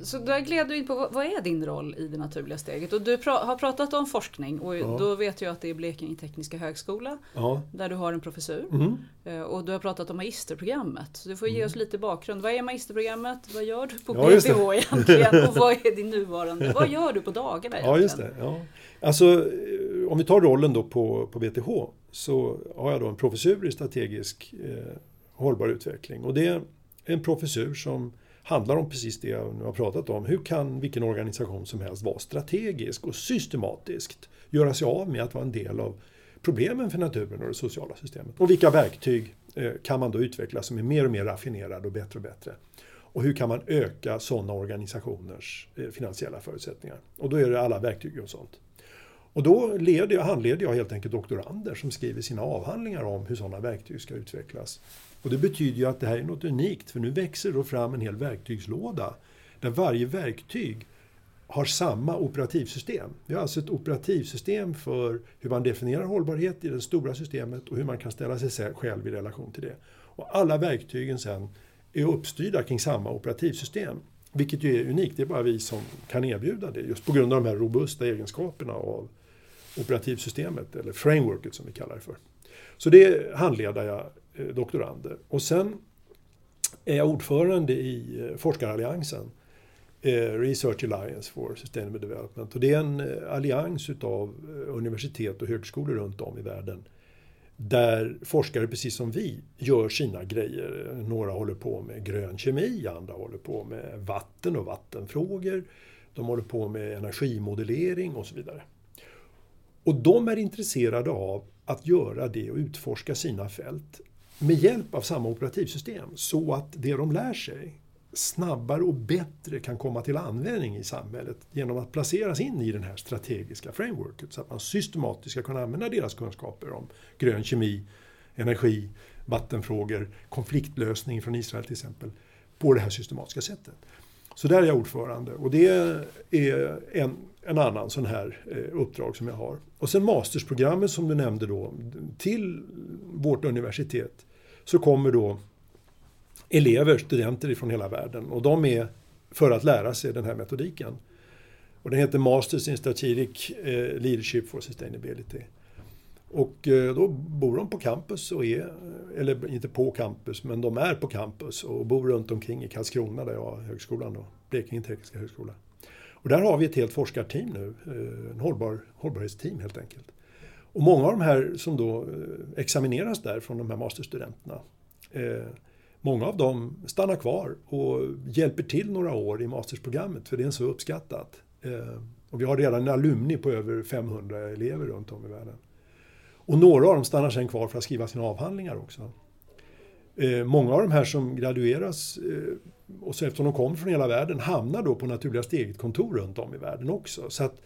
Så där gled du in på, vad är din roll i det naturliga steget? Och du har pratat om forskning och då vet jag att det är Blekinge Tekniska Högskola där du har en professur. Och du har pratat om magisterprogrammet. Så du får ge oss lite bakgrund. Vad är magisterprogrammet? Vad gör du på BTH egentligen? Och vad är din nuvarande? Vad gör du på dagarna egentligen? Ja, just det. Ja. Alltså, om vi tar rollen då på BTH så har jag då en professur i strategisk hållbar utveckling. Och det är en professur som handlar om precis det jag nu har pratat om. Hur kan vilken organisation som helst vara strategisk och systematiskt göra sig av med att vara en del av problemen för naturen och det sociala systemet? Och vilka verktyg kan man då utveckla som är mer och mer raffinerade och bättre? Och hur kan man öka sådana organisationers finansiella förutsättningar? Och då är det alla verktyg och sånt. Och då handleder jag helt enkelt doktorander som skriver sina avhandlingar om hur sådana verktyg ska utvecklas. Och det betyder ju att det här är något unikt, för nu växer då fram en hel verktygslåda där varje verktyg har samma operativsystem. Vi har alltså ett operativsystem för hur man definierar hållbarhet i det stora systemet och hur man kan ställa sig själv i relation till det. Och alla verktygen sen är uppstyrda kring samma operativsystem, vilket ju är unikt. Det är bara vi som kan erbjuda det just på grund av de här robusta egenskaperna av operativsystemet eller frameworket som vi kallar det för. Så det handleder jag doktorander. Och sen är jag ordförande i Forskaralliansen, Research Alliance for Sustainable Development. Och det är en allians av universitet och högskolor runt om i världen där forskare precis som vi gör sina grejer. Några håller på med grön kemi, andra håller på med vatten och vattenfrågor. De håller på med energimodellering och så vidare. Och de är intresserade av att göra det och utforska sina fält med hjälp av samma operativsystem så att det de lär sig snabbare och bättre kan komma till användning i samhället genom att placeras in i den här strategiska frameworket så att man systematiskt ska kunna använda deras kunskaper om grön kemi, energi, vattenfrågor, konfliktlösning från Israel till exempel på det här systematiska sättet. Så där är jag ordförande och det är en annan sån här uppdrag som jag har. Och sen mastersprogrammet som du nämnde då, till vårt universitet så kommer då studenter från hela världen och de är för att lära sig den här metodiken. Och den heter Masters in Strategic Leadership for Sustainability. Och då bor de på campus eller inte på campus, men de är på campus och bor runt omkring i Karlskrona där jag har högskolan då, Blekinge Tekniska Högskola. Och där har vi ett helt forskarteam nu, en hållbarhetsteam helt enkelt. Och många av de här som då examineras där från de här masterstudenterna, många av dem stannar kvar och hjälper till några år i mastersprogrammet för det är så uppskattat. Och vi har redan en alumni på över 500 elever runt om i världen. Och några av dem stannar sen kvar för att skriva sina avhandlingar också. Många av de här som gradueras och så eftersom de kommer från hela världen hamnar då på Naturliga Steget-kontor runt om i världen också. Så att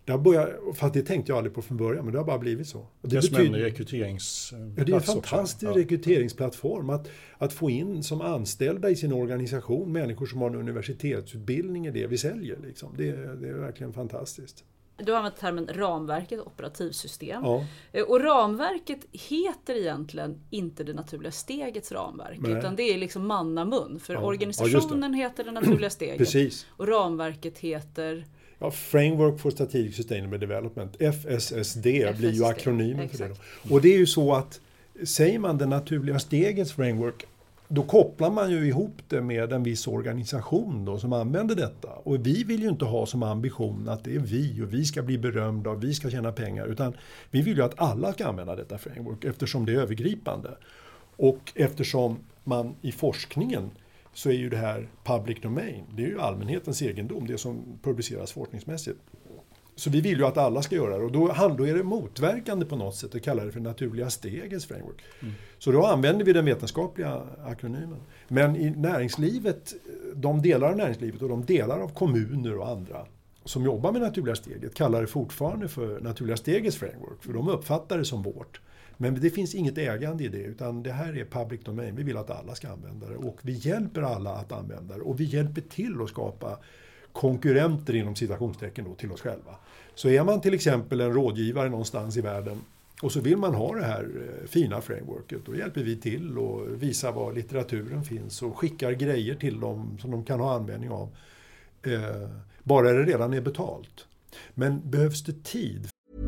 fast det tänkte jag aldrig på från början, men det har bara blivit så. Och det är som en rekryteringsplattform. Ja, det är en fantastisk rekryteringsplattform att få in som anställda i sin organisation människor som har en universitetsutbildning i det vi säljer. Liksom. Det är verkligen fantastiskt. Du har använt termen ramverket, operativsystem. Ja. Och ramverket heter egentligen inte det naturliga stegets ramverk. Nej. Utan det är liksom mannamun. För organisationen heter det naturliga steget. Precis. Och ramverket heter... Ja, Framework for Strategic Sustainable Development, FSSD, blir ju akronymen för det. Då. Och det är ju så att säger man det naturliga stegets framework, då kopplar man ju ihop det med en viss organisation då, som använder detta. Och vi vill ju inte ha som ambition att det är vi och vi ska bli berömda och vi ska tjäna pengar. Utan vi vill ju att alla ska använda detta framework eftersom det är övergripande. Och eftersom man i forskningen så är ju det här public domain. Det är ju allmänhetens egendom, det som publiceras forskningsmässigt. Så vi vill ju att alla ska göra det och då är det motverkande på något sätt att kalla det för naturliga stegets framework. Så då använder vi den vetenskapliga akronymen. Men i näringslivet, de delar av näringslivet och de delar av kommuner och andra som jobbar med naturliga steget kallar det fortfarande för naturliga stegets framework för de uppfattar det som vårt. Men det finns inget ägande i det utan det här är public domain. Vi vill att alla ska använda det och vi hjälper alla att använda det och vi hjälper till att skapa konkurrenter inom citationstecken då till oss själva. Så är man till exempel en rådgivare någonstans i världen och så vill man ha det här fina frameworket, då hjälper vi till och visar var litteraturen finns och skickar grejer till dem som de kan ha användning av. bara det redan är betalt. Men behövs det tid?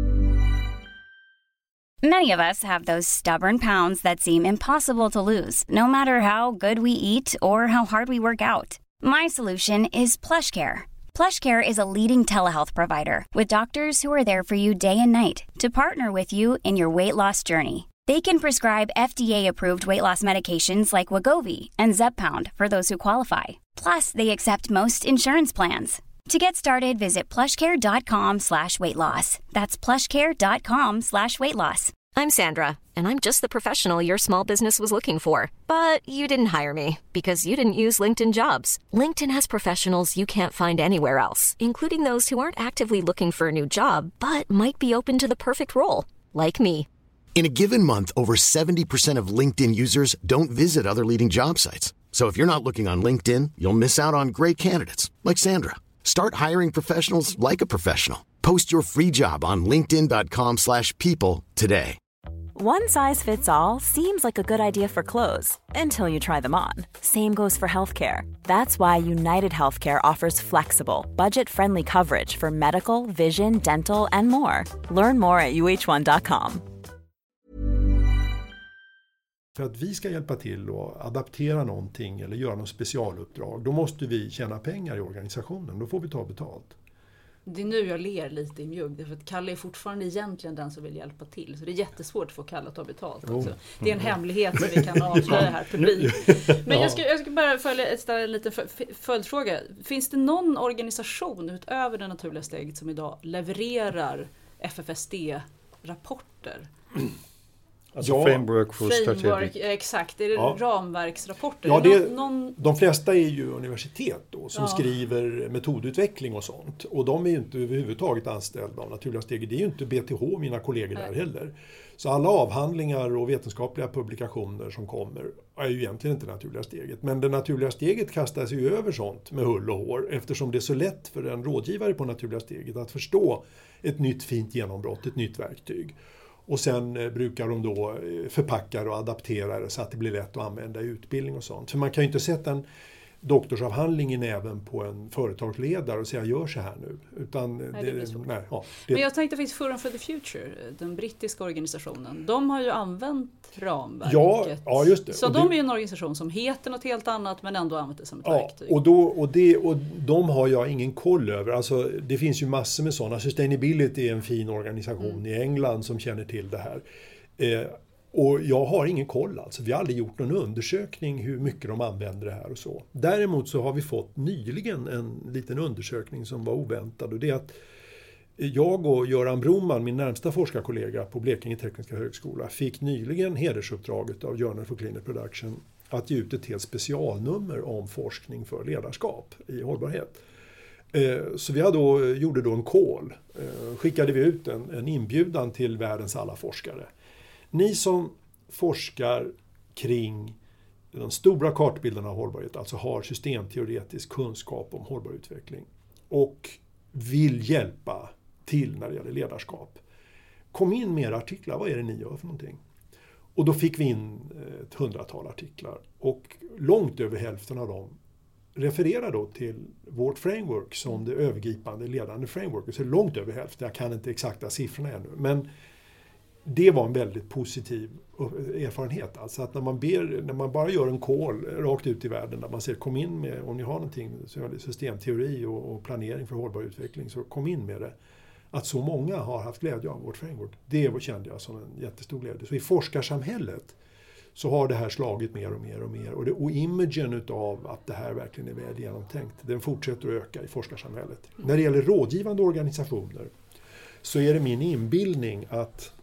Many of us have those stubborn pounds that seem impossible to lose, no matter how good we eat or how hard we work out. My solution is PlushCare. PlushCare is a leading telehealth provider with doctors who are there for you day and night to partner with you in your weight loss journey. They can prescribe FDA-approved weight loss medications like Wegovy and Zepbound for those who qualify. Plus, they accept most insurance plans. To get started, visit plushcare.com/weightloss. That's plushcare.com/weightloss. I'm Sandra, and I'm just the professional your small business was looking for. But you didn't hire me because you didn't use LinkedIn Jobs. LinkedIn has professionals you can't find anywhere else, including those who aren't actively looking for a new job, but might be open to the perfect role, like me. In a given month, over 70% of LinkedIn users don't visit other leading job sites. So if you're not looking on LinkedIn, you'll miss out on great candidates, like Sandra. Start hiring professionals like a professional. Post your free job on linkedin.com/people today. One size fits all seems like a good idea for clothes until you try them on. Same goes for healthcare. That's why United Healthcare offers flexible, budget-friendly coverage for medical, vision, dental, and more. Learn more at uh1.com. För att vi ska hjälpa till och adaptera någonting eller göra något specialuppdrag, då måste vi tjäna pengar i organisationen. Då får vi ta betalt. Det är nu jag ler lite i mjugg, för att Kalle är fortfarande egentligen den som vill hjälpa till. Så det är jättesvårt att få Kalle att ta betalt också. Det är en hemlighet som vi kan avslöja här publik. Men jag ska bara ställa en liten följdfråga. Finns det någon organisation utöver det naturliga steget som idag levererar FFSD-rapporter? Alltså framework for strategic. Exakt, är det ramverksrapporter? Ja, de flesta är ju universitet då, som skriver metodutveckling och sånt. Och de är ju inte överhuvudtaget anställda av naturliga steg. Det är ju inte BTH, mina kollegor där heller. Så alla avhandlingar och vetenskapliga publikationer som kommer är ju egentligen inte naturliga steget. Men det naturliga steget kastar sig ju över sånt med hull och hår, eftersom det är så lätt för en rådgivare på naturliga steget att förstå ett nytt fint genombrott, ett nytt verktyg. Och sen brukar de då förpacka och adaptera det så att det blir lätt att använda i utbildning och sånt. För man kan ju inte sätta en doktorsavhandling i näven på en företagsledare och säga gör så här nu. Utan Men jag tänkte faktiskt Forum for the Future, den brittiska organisationen, de har ju använt ramverket. Ja, just det. Så de är ju en organisation som heter något helt annat men ändå använder det som ett verktyg. Och de har jag ingen koll över. Alltså, det finns ju massor med sådana. Sustainability är en fin organisation i England som känner till det här. Och jag har ingen koll alltså. Vi har aldrig gjort någon undersökning hur mycket de använder det här och så. Däremot så har vi fått nyligen en liten undersökning som var oväntad. Och det är att jag och Göran Broman, min närmsta forskarkollega på Blekinge Tekniska Högskola, fick nyligen hedersuppdraget av Journal for Cleaner Production att ge ut ett helt specialnummer om forskning för ledarskap i hållbarhet. Så vi gjorde då en call, skickade vi ut en inbjudan till världens alla forskare. Ni som forskar kring de stora kartbilderna av hållbarhet, alltså har systemteoretisk kunskap om hållbar utveckling och vill hjälpa till när det gäller ledarskap. Kom in med era artiklar, vad är det ni gör för någonting? Och då fick vi in ett 100-tal artiklar och långt över hälften av dem refererar då till vårt framework som det övergripande ledande framework. Så långt över hälften, jag kan inte exakta siffrorna ännu, men det var en väldigt positiv erfarenhet. Alltså att när man bara gör en call rakt ut i världen där man säger kom in med, om ni har någonting, systemteori och planering för hållbar utveckling, så kom in med det. Att så många har haft glädje av vårt framework, det kände jag som en jättestor glädje. Så i forskarsamhället så har det här slagit mer och mer och mer. Och imagen utav att det här verkligen är väl genomtänkt, den fortsätter att öka i forskarsamhället. När det gäller rådgivande organisationer så är det min inbildning att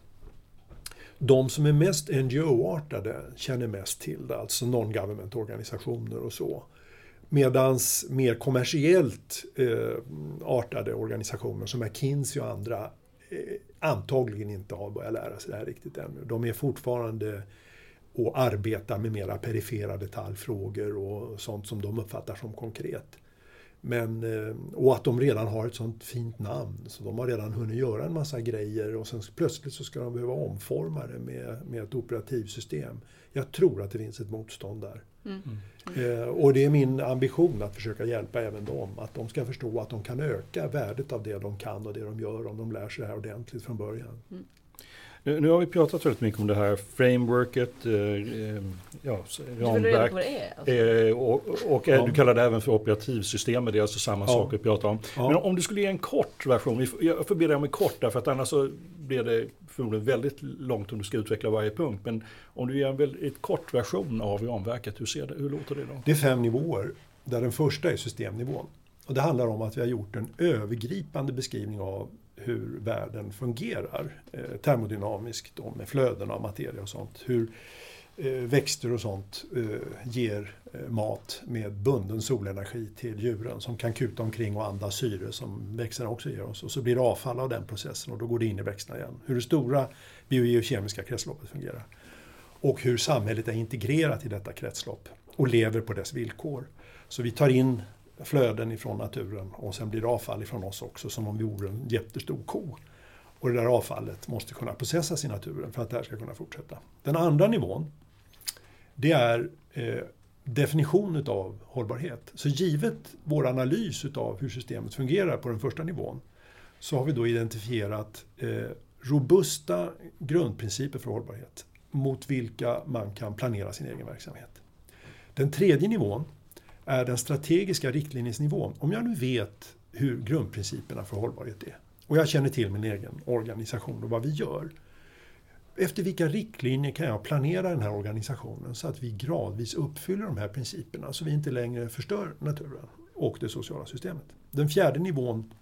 de som är mest NGO-artade känner mest till det, alltså non-government organisationer och så. Medans mer kommersiellt artade organisationer som McKinsey och andra antagligen inte har börjat lära sig det här riktigt ännu. De är fortfarande och arbetar med mera perifera detaljfrågor och sånt som de uppfattar som konkret. Och att de redan har ett sånt fint namn, så de har redan hunnit göra en massa grejer och sen plötsligt så ska de behöva omforma det med ett operativsystem. Jag tror att det finns ett motstånd där. Och det är min ambition att försöka hjälpa även dem, att de ska förstå att de kan öka värdet av det de kan och det de gör om de lär sig det här ordentligt från början. Nu har vi pratat väldigt mycket om det här frameworket, ramverk, du kallar det även för operativsystem, det är alltså samma sak vi pratar om. Ja. Men om du skulle ge en kort version, jag får be dig om en kort för att annars så blir det förmodligen väldigt långt om du ska utveckla varje punkt. Men om du ger en väldigt kort version av ramverket, hur låter det då? Det är 5 nivåer, där den första är systemnivån. Och det handlar om att vi har gjort en övergripande beskrivning av hur världen fungerar termodynamiskt då, med flöden av materia och sånt. Hur växter och sånt ger mat med bunden solenergi till djuren som kan kuta omkring och andas syre som växterna också ger oss. Och så blir det avfall av den processen och då går det in i växterna igen. Hur det stora biogeokemiska kretsloppet fungerar. Och hur samhället är integrerat i detta kretslopp och lever på dess villkor. Så vi tar in flöden ifrån naturen och sen blir det avfall ifrån oss också som om vi vore en jättestor ko. Och det där avfallet måste kunna processas i naturen för att det här ska kunna fortsätta. Den andra nivån, det är definition av hållbarhet. Så givet vår analys av hur systemet fungerar på den första nivån så har vi då identifierat robusta grundprinciper för hållbarhet mot vilka man kan planera sin egen verksamhet. Den tredje nivån är den strategiska riktlinjesnivån. Om jag nu vet hur grundprinciperna för hållbarhet är och jag känner till min egen organisation och vad vi gör, efter vilka riktlinjer kan jag planera den här organisationen så att vi gradvis uppfyller de här principerna så vi inte längre förstör naturen och det sociala systemet. Den fjärde nivån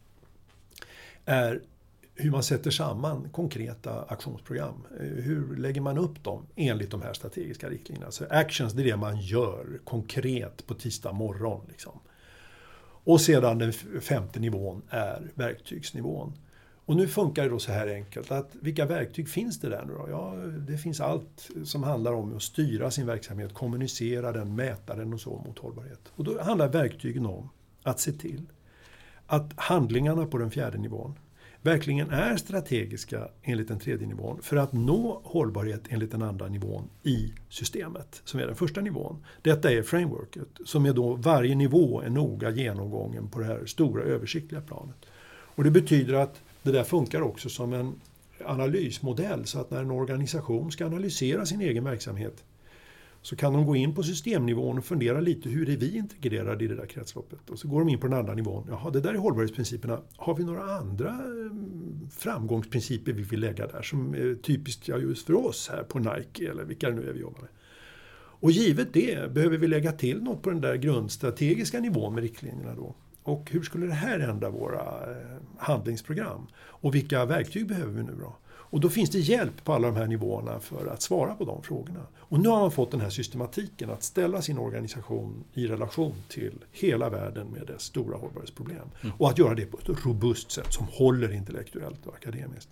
är hur man sätter samman konkreta aktionsprogram. Hur lägger man upp dem enligt de här strategiska riktlinjerna? Så actions, det är det man gör konkret på tisdag morgon. Liksom. Och sedan den femte nivån är verktygsnivån. Och nu funkar det då så här enkelt att vilka verktyg finns det där nu då? Ja, det finns allt som handlar om att styra sin verksamhet, kommunicera den, mäta den och så mot hållbarhet. Och då handlar verktygen om att se till att handlingarna på den fjärde nivån verkligen är strategiska enligt den tredje nivån för att nå hållbarhet enligt den andra nivån i systemet som är den första nivån. Detta är frameworket som är då varje nivå är noga genomgången på det här stora översiktliga planet. Och det betyder att det där funkar också som en analysmodell så att när en organisation ska analysera sin egen verksamhet så kan de gå in på systemnivån och fundera lite hur är vi integrerade i det där kretsloppet. Och så går de in på den andra nivån. Jaha, det där är hållbarhetsprinciperna. Har vi några andra framgångsprinciper vi vill lägga där som är typiskt just för oss här på Nike eller vilka det nu är vi jobbar med. Och givet det behöver vi lägga till något på den där grundstrategiska nivån med riktlinjerna då. Och hur skulle det här ändra våra handlingsprogram? Och vilka verktyg behöver vi nu då? Och då finns det hjälp på alla de här nivåerna för att svara på de frågorna. Och nu har man fått den här systematiken att ställa sin organisation i relation till hela världen med dess stora hållbarhetsproblem. Och att göra det på ett robust sätt som håller intellektuellt och akademiskt.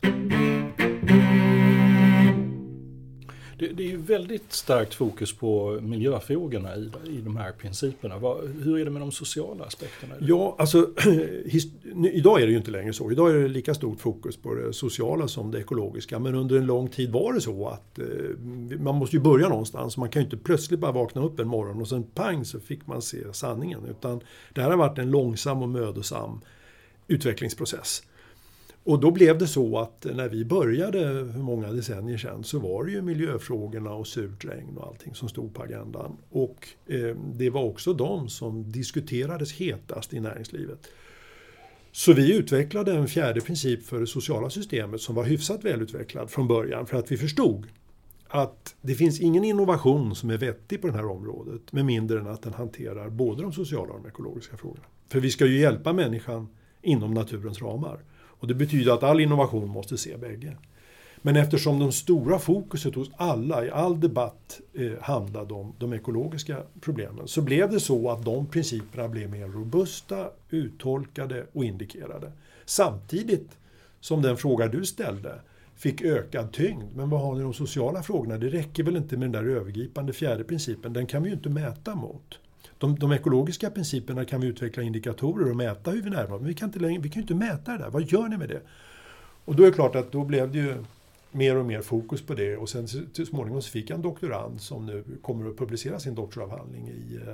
Det är ju väldigt starkt fokus på miljöfrågorna i de här principerna. Hur är det med de sociala aspekterna? Ja, alltså idag är det ju inte längre så. Idag är det lika stort fokus på det sociala som det ekologiska. Men under en lång tid var det så att man måste ju börja någonstans. Man kan ju inte plötsligt bara vakna upp en morgon och sen pang så fick man se sanningen. Utan det här har varit en långsam och mödosam utvecklingsprocess. Och då blev det så att när vi började för många decennier sedan så var det ju miljöfrågorna och surt regn och allting som stod på agendan. Och det var också de som diskuterades hetast i näringslivet. Så vi utvecklade en fjärde princip för det sociala systemet som var hyfsat välutvecklad från början för att vi förstod att det finns ingen innovation som är vettig på det här området med mindre än att den hanterar både de sociala och de ekologiska frågorna. För vi ska ju hjälpa människan inom naturens ramar. Och det betyder att all innovation måste se bägge. Men eftersom de stora fokuset hos alla i all debatt handlade om de ekologiska problemen så blev det så att de principerna blev mer robusta, uttolkade och indikerade. Samtidigt som den fråga du ställde fick ökad tyngd. Men vad har ni de sociala frågorna? Det räcker väl inte med den där övergripande fjärde principen. Den kan vi ju inte mäta mot. De ekologiska principerna kan vi utveckla indikatorer och mäta hur vi närmar oss. Men vi kan inte mäta det där. Vad gör ni med det? Och då är det klart att då blev det ju mer och mer fokus på det. Och sen till småningom så fick jag en doktorand som nu kommer att publicera sin doktoravhandling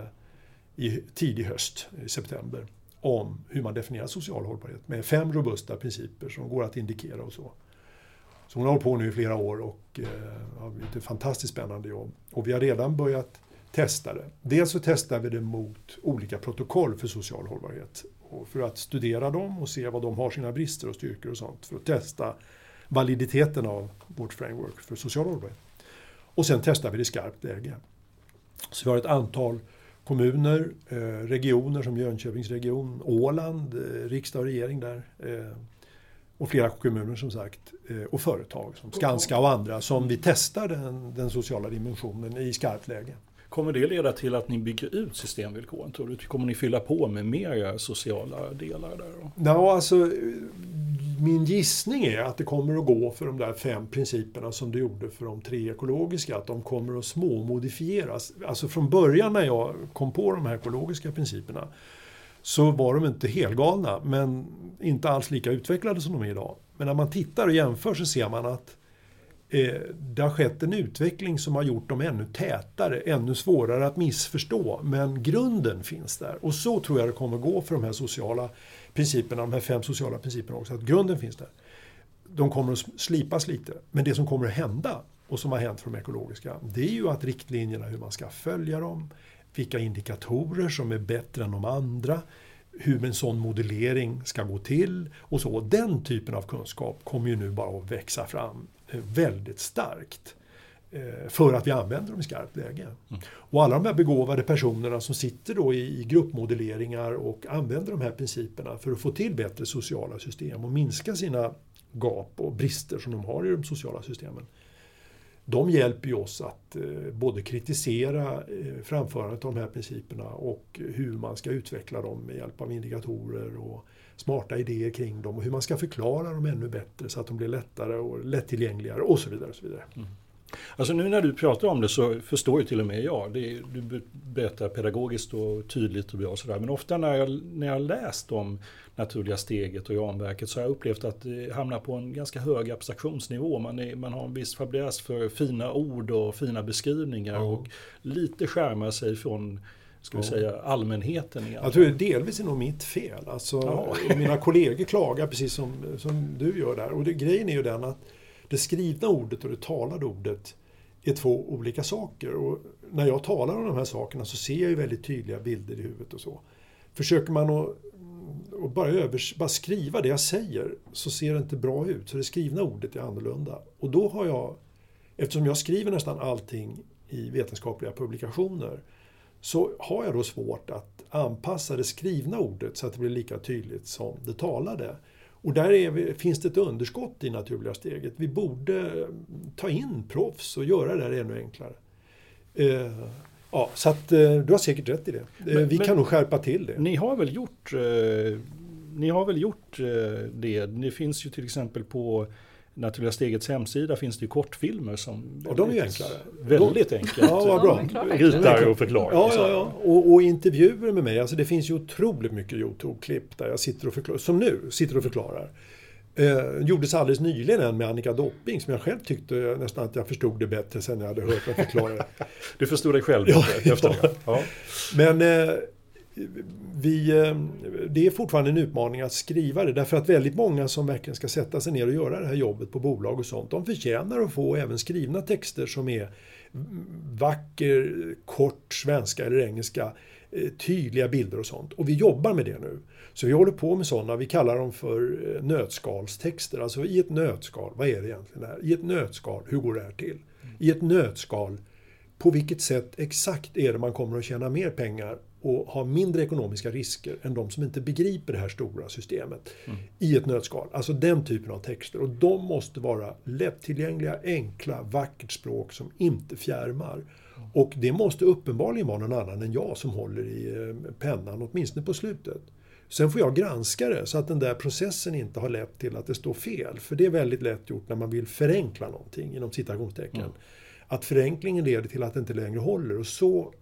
i tidig höst, i september, om hur man definierar social hållbarhet med 5 robusta principer som går att indikera och så. Så hon har hållit på nu i flera år och har gjort ett fantastiskt spännande jobb. Och vi har redan börjat testa det. Dels så testar vi det mot olika protokoll för social hållbarhet. Och för att studera dem och se vad de har sina brister och styrkor och sånt. För att testa validiteten av vårt framework för social hållbarhet. Och sen testar vi det i skarpt läge. Så vi har ett antal kommuner, regioner som Jönköpingsregion, Åland, riksdag och regering där. Och flera kommuner som sagt. Och företag som Skanska och andra som vi testar den sociala dimensionen i skarpt läge. Kommer det leda till att ni bygger ut systemvillkoren? Tror du? Kommer ni fylla på med mer sociala delar där? Ja, alltså min gissning är att det kommer att gå för de där 5 principerna som du gjorde för de 3 ekologiska, att de kommer att småmodifieras. Alltså från början när jag kom på de här ekologiska principerna så var de inte helgalna, men inte alls lika utvecklade som de är idag. Men när man tittar och jämför så ser man att det har skett en utveckling som har gjort dem ännu tätare, ännu svårare att missförstå. Men grunden finns där. Och så tror jag det kommer gå för de här sociala principerna, de här 5 sociala principerna också. Att grunden finns där. De kommer att slipas lite. Men det som kommer att hända, och som har hänt för de ekologiska, det är ju att riktlinjerna, hur man ska följa dem, vilka indikatorer som är bättre än de andra, hur en sån modellering ska gå till och så. Den typen av kunskap kommer ju nu bara att växa fram väldigt starkt för att vi använder dem i skarpt läge. Och alla de här begåvade personerna som sitter då i gruppmodelleringar och använder de här principerna för att få till bättre sociala system och minska sina gap och brister som de har i de sociala systemen. De hjälper ju oss att både kritisera framförandet av de här principerna och hur man ska utveckla dem med hjälp av indikatorer och smarta idéer kring dem och hur man ska förklara dem ännu bättre så att de blir lättare och lättillgängligare och så vidare. Och så vidare. Mm. Alltså nu när du pratar om det så förstår ju till och med jag. Du berättar pedagogiskt och tydligt och bra och sådär. Men ofta när jag läst om naturliga steget och ramverket så har jag upplevt att det hamnar på en ganska hög abstraktionsnivå. Man har en viss fäbless för fina ord och fina beskrivningar och lite skärmar sig från vi säga allmänheten egentligen. Jag tror det delvis är nog mitt fel. Alltså, mina kollegor klagar precis som du gör där. Och grejen är ju den att det skrivna ordet och det talade ordet är 2 olika saker. Och när jag talar om de här sakerna så ser jag ju väldigt tydliga bilder i huvudet och så. Försöker man att bara skriva det jag säger så ser det inte bra ut. Så det skrivna ordet är annorlunda. Och då har jag, eftersom jag skriver nästan allting i vetenskapliga publikationer, så har jag då svårt att anpassa det skrivna ordet så att det blir lika tydligt som det talade. Och där finns det ett underskott i naturliga steget. Vi borde ta in proffs och göra det ännu enklare. Så att du har säkert rätt i det. Vi kan nog skärpa till det. Ni har väl gjort det. Det finns ju till exempel på Naturliga stegets hemsida finns det ju kortfilmer som de är ju enklare. Väldigt enkelt. Ja, vad bra. Ritar och förklarar. Ja. Och intervjuer med mig. Alltså det finns ju otroligt mycket YouTube-klipp där jag sitter och förklarar. Som nu sitter och förklarar. Gjordes alldeles nyligen en med Annika Dopping som jag själv tyckte nästan att jag förstod det bättre sen jag hade hört mig förklara det. Du förstod dig själv efter det. Ja. Men det är fortfarande en utmaning att skriva det. Därför att väldigt många som verkligen ska sätta sig ner och göra det här jobbet på bolag och sånt, de förtjänar att få även skrivna texter som är vacker, kort svenska eller engelska, tydliga bilder och sånt. Och vi jobbar med det nu. Så vi håller på med sådana, vi kallar dem för nötskalstexter. Alltså i ett nötskal, vad är det egentligen här? I ett nötskal, hur går det här till? I ett nötskal, på vilket sätt exakt är det man kommer att tjäna mer pengar och ha mindre ekonomiska risker än de som inte begriper det här stora systemet i ett nötskal. Alltså den typen av texter. Och de måste vara lättillgängliga, enkla, vackert språk som inte fjärmar. Och det måste uppenbarligen vara någon annan än jag som håller i pennan, åtminstone på slutet. Sen får jag granska det så att den där processen inte har lett till att det står fel. För det är väldigt lätt gjort när man vill förenkla någonting inom citationstecken. Att förenklingen leder till att det inte längre håller. Och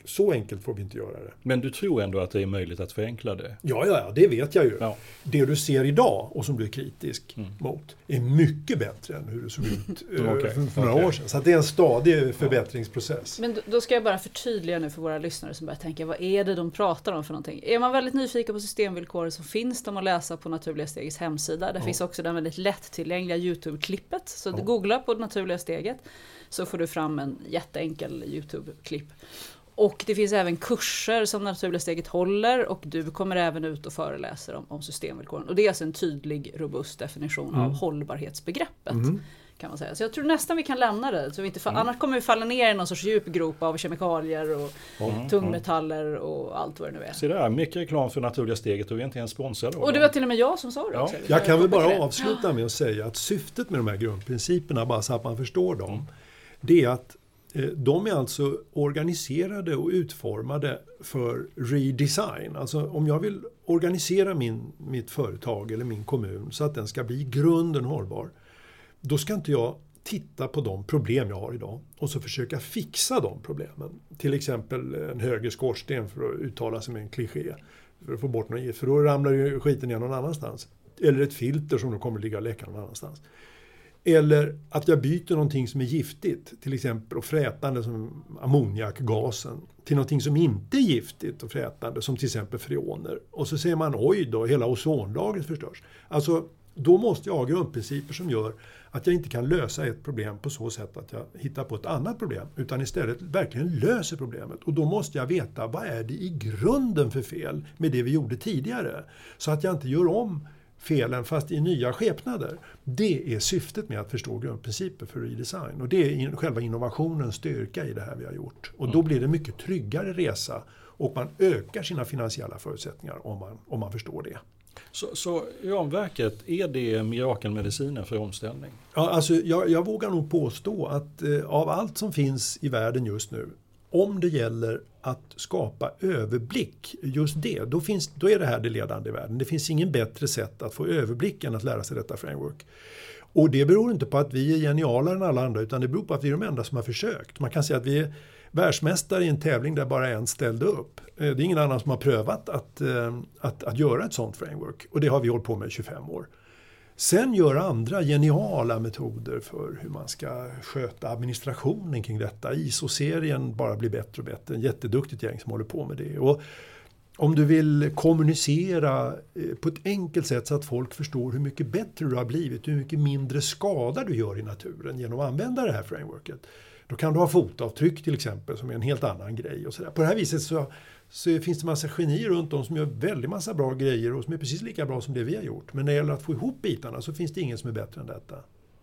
Så enkelt får vi inte göra det. Men du tror ändå att det är möjligt att förenkla det? Ja, det vet jag ju. Ja. Det du ser idag och som du är kritisk mot är mycket bättre än hur det såg ut för några år sedan. Så att det är en stadig förbättringsprocess. Men då ska jag bara förtydliga nu för våra lyssnare som börjar tänka, vad är det de pratar om för någonting? Är man väldigt nyfiken på systemvillkor så finns de att läsa på Naturliga Stegets hemsida. Där finns också den väldigt lättillgängliga YouTube-klippet. Så du googlar på Naturliga Steget så får du fram en jätteenkel YouTube-klipp. Och det finns även kurser som Naturliga Steget håller och du kommer även ut och föreläser om systemvillkoren. Och det är alltså en tydlig, robust definition av hållbarhetsbegreppet. Kan man säga. Så jag tror nästan vi kan lämna det. Så vi inte annars kommer vi falla ner i någon sorts djupgrop av kemikalier och tungmetaller och allt vad det nu är. Så det är mycket reklam för Naturliga Steget och vi är inte ens sponsrade. Och det var till och med jag som sa det också. Jag kan väl bara avsluta med att säga att syftet med de här grundprinciperna, bara så att man förstår dem, det är att de är alltså organiserade och utformade för redesign. Alltså om jag vill organisera mitt företag eller min kommun så att den ska bli i grunden hållbar, då ska inte jag titta på de problem jag har idag och så försöka fixa de problemen. Till exempel en högre skorsten, för att uttala sig med en kliché, för att få bort något gift, för då ramlar ju skiten ner någon annanstans. Eller ett filter som då kommer ligga och läcka någon annanstans. Eller att jag byter någonting som är giftigt, till exempel och frätande som ammoniakgasen, till någonting som inte är giftigt och frätande, som till exempel freoner. Och så säger man, oj då, hela ozonlagret förstörs. Alltså, då måste jag ha grundprinciper som gör att jag inte kan lösa ett problem på så sätt att jag hittar på ett annat problem, utan istället verkligen löser problemet. Och då måste jag veta, vad är det i grunden för fel med det vi gjorde tidigare? Så att jag inte gör om felen fast i nya skepnader. Det är syftet med att förstå grundprinciper för redesign. Och det är själva innovationens styrka i det här vi har gjort. Och då blir det mycket tryggare resa och man ökar sina finansiella förutsättningar om man förstår det. Så ramverket, är det mirakelmedicinen för omställning? Ja, alltså jag vågar nog påstå att av allt som finns i världen just nu, om det gäller att skapa överblick, just det, då är det här det ledande i världen. Det finns ingen bättre sätt att få överblick än att lära sig detta framework. Och det beror inte på att vi är genialare än alla andra, utan det beror på att vi är de enda som har försökt. Man kan säga att vi är världsmästare i en tävling där bara en ställde upp. Det är ingen annan som har prövat att göra ett sånt framework. Och det har vi hållit på med i 25 år. Sen gör andra geniala metoder för hur man ska sköta administrationen kring detta. ISO-serien bara blir bättre och bättre. En jätteduktigt gäng som håller på med det. Och om du vill kommunicera på ett enkelt sätt så att folk förstår hur mycket bättre du har blivit, hur mycket mindre skada du gör i naturen genom att använda det här frameworket. Då kan du ha fotavtryck till exempel, som är en helt annan grej. Och så där. På det här viset så finns det massa genier runt om som gör väldigt massa bra grejer och som är precis lika bra som det vi har gjort. Men när det gäller att få ihop bitarna så finns det ingen som är bättre än detta.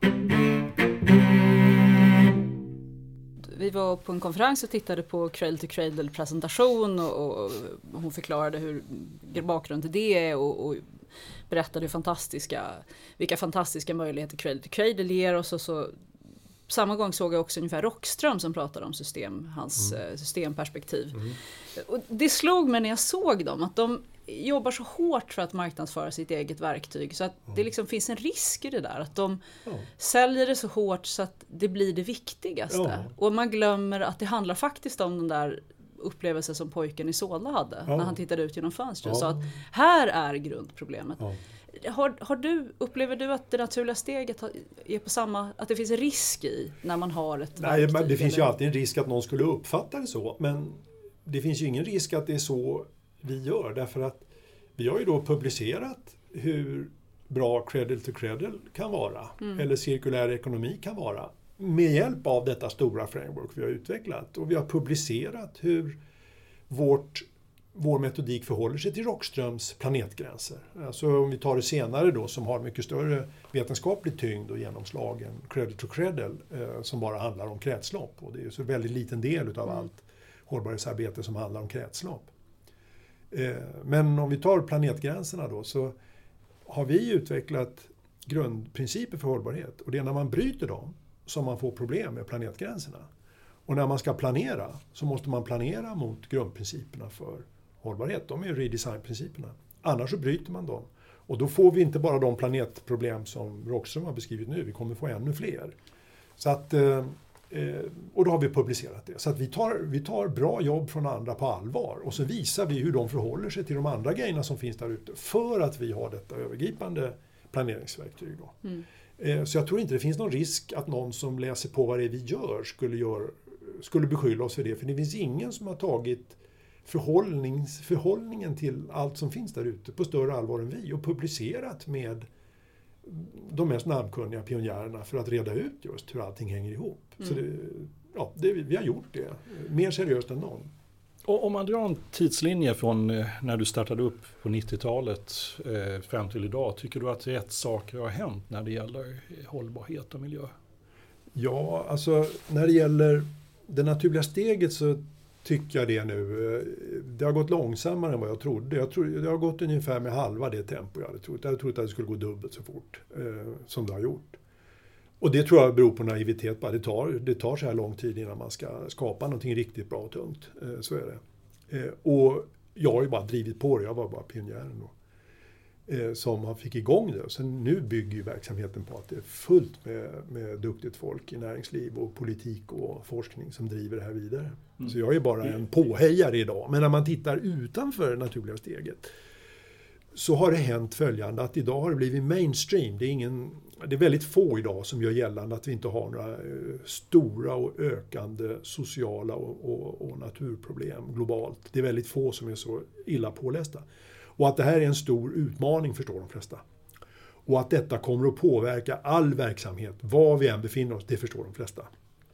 Vi var på en konferens och tittade på Cradle to Cradle-presentation och hon förklarade hur bakgrund till det är och berättade vilka fantastiska möjligheter Cradle to Cradle ger oss. Och så samma gång såg jag också ungefär Rockström som pratade om hans systemperspektiv. Och det slog mig när jag såg dem att de jobbar så hårt för att marknadsföra sitt eget verktyg så att det liksom finns en risk i det där. Att de säljer det så hårt så att det blir det viktigaste. Och man glömmer att det handlar faktiskt om den där upplevelsen som pojken i Solna hade när han tittade ut genom fönstret och sa att här är grundproblemet. Upplever du att det naturliga steget är på samma, att det finns en risk i när man har ett verktyg? Nej, det finns ju alltid en risk att någon skulle uppfatta det så, men det finns ju ingen risk att det är så vi gör, därför att vi har ju då publicerat hur bra Cradle to Cradle kan vara, eller cirkulär ekonomi kan vara, med hjälp av detta stora framework vi har utvecklat. Och vi har publicerat hur vår metodik förhåller sig till Rockströms planetgränser. Alltså om vi tar det senare då, som har mycket större vetenskaplig tyngd och genomslag än Cradle to Cradle, som bara handlar om kretslopp. Och det är ju så väldigt liten del av allt hållbarhetsarbete som handlar om kretslopp. Men om vi tar planetgränserna då, så har vi utvecklat grundprinciper för hållbarhet. Och det är när man bryter dem som man får problem med planetgränserna. Och när man ska planera så måste man planera mot grundprinciperna för hållbarhet. De är ju redesignprinciperna. Annars så bryter man dem. Och då får vi inte bara de planetproblem som Rockström har beskrivit nu. Vi kommer få ännu fler. Så att Och då har vi publicerat det. Så att vi tar bra jobb från andra på allvar. Och så visar vi hur de förhåller sig till de andra grejerna som finns där ute. För att vi har detta övergripande planeringsverktyg då. Så jag tror inte det finns någon risk att någon som läser på vad det är vi gör skulle beskylla oss för det. För det finns ingen som har tagit förhållningen till allt som finns där ute på större allvar än vi. Och publicerat med de mest namnkunniga pionjärerna för att reda ut just hur allting hänger ihop. Så vi har gjort det mer seriöst än någon. Och om man drar en tidslinje från när du startade upp på 90-talet fram till idag, tycker du att rätt saker har hänt när det gäller hållbarhet och miljö? Ja, alltså när det gäller det naturliga steget så tycker jag det nu. Det har gått långsammare än vad jag trodde. Det har gått ungefär med halva det tempo jag hade trott. Jag hade trott att det skulle gå dubbelt så fort som det har gjort. Och det tror jag beror på naivitet. Det tar så här lång tid innan man ska skapa någonting riktigt bra och tungt. Så är det. Och jag har ju bara drivit på det. Jag var bara pionjären då. Som fick igång det. Sen nu bygger ju verksamheten på att det är fullt med duktigt folk i näringsliv och politik och forskning som driver det här vidare. Så jag är bara en påhejare idag. Men när man tittar utanför det naturliga steget så har det hänt följande, att idag har det blivit mainstream. Det är väldigt få idag som gör gällande att vi inte har några stora och ökande sociala och naturproblem globalt. Det är väldigt få som är så illa pålästa. Och att det här är en stor utmaning förstår de flesta. Och att detta kommer att påverka all verksamhet, var vi än befinner oss, det förstår de flesta.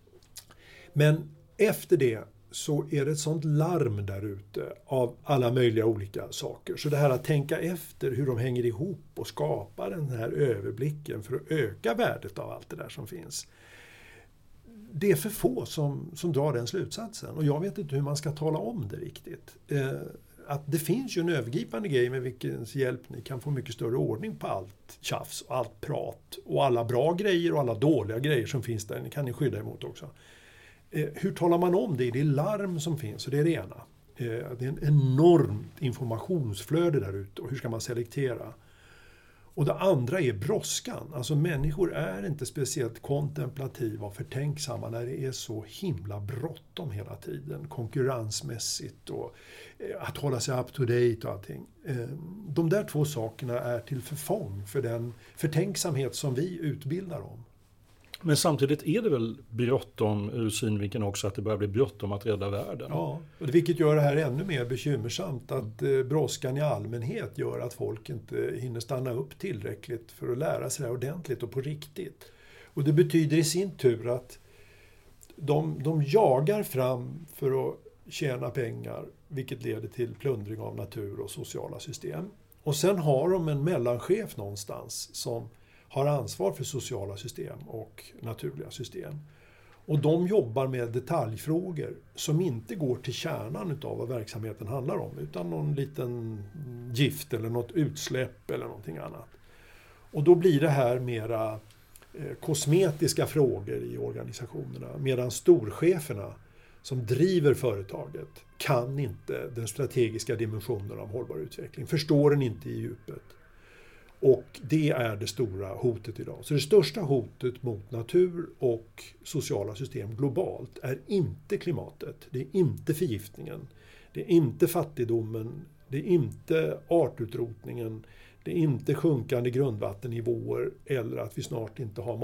Men efter det så är det ett sånt larm där ute av alla möjliga olika saker. Så det här att tänka efter hur de hänger ihop och skapa den här överblicken för att öka värdet av allt det där som finns. Det är för få som drar den slutsatsen. Och jag vet inte hur man ska tala om det riktigt. Att det finns ju en övergripande grej med vilkens hjälp ni kan få mycket större ordning på allt tjafs och allt prat och alla bra grejer och alla dåliga grejer som finns där. Ni kan ni skydda emot också. Hur talar man om det? Det är larm som finns och det är det ena. Det är en enormt informationsflöde där ute och hur ska man selektera? Och det andra är brådskan. Alltså människor är inte speciellt kontemplativa och förtänksamma när det är så himla bråttom hela tiden. Konkurrensmässigt och att hålla sig up to date och allting. De där två sakerna är till förfång för den förtänksamhet som vi utbildar om. Men samtidigt är det väl bråttom ur synvinkeln också att det börjar bli bråttom att rädda världen. Ja, vilket gör det här ännu mer bekymmersamt. Att brådskan i allmänhet gör att folk inte hinner stanna upp tillräckligt för att lära sig det här ordentligt och på riktigt. Och det betyder i sin tur att de jagar fram för att tjäna pengar, vilket leder till plundring av natur och sociala system. Och sen har de en mellanchef någonstans som har ansvar för sociala system och naturliga system. Och de jobbar med detaljfrågor som inte går till kärnan av vad verksamheten handlar om, utan någon liten gift eller något utsläpp eller någonting annat. Och då blir det här mera kosmetiska frågor i organisationerna, medan storcheferna som driver företaget kan inte den strategiska dimensionen av hållbar utveckling, förstår den inte i djupet. Och det är det stora hotet idag. Så det största hotet mot natur och sociala system globalt är inte klimatet, det är inte förgiftningen, det är inte fattigdomen, det är inte artutrotningen, det är inte sjunkande grundvattennivåer eller att vi snart inte har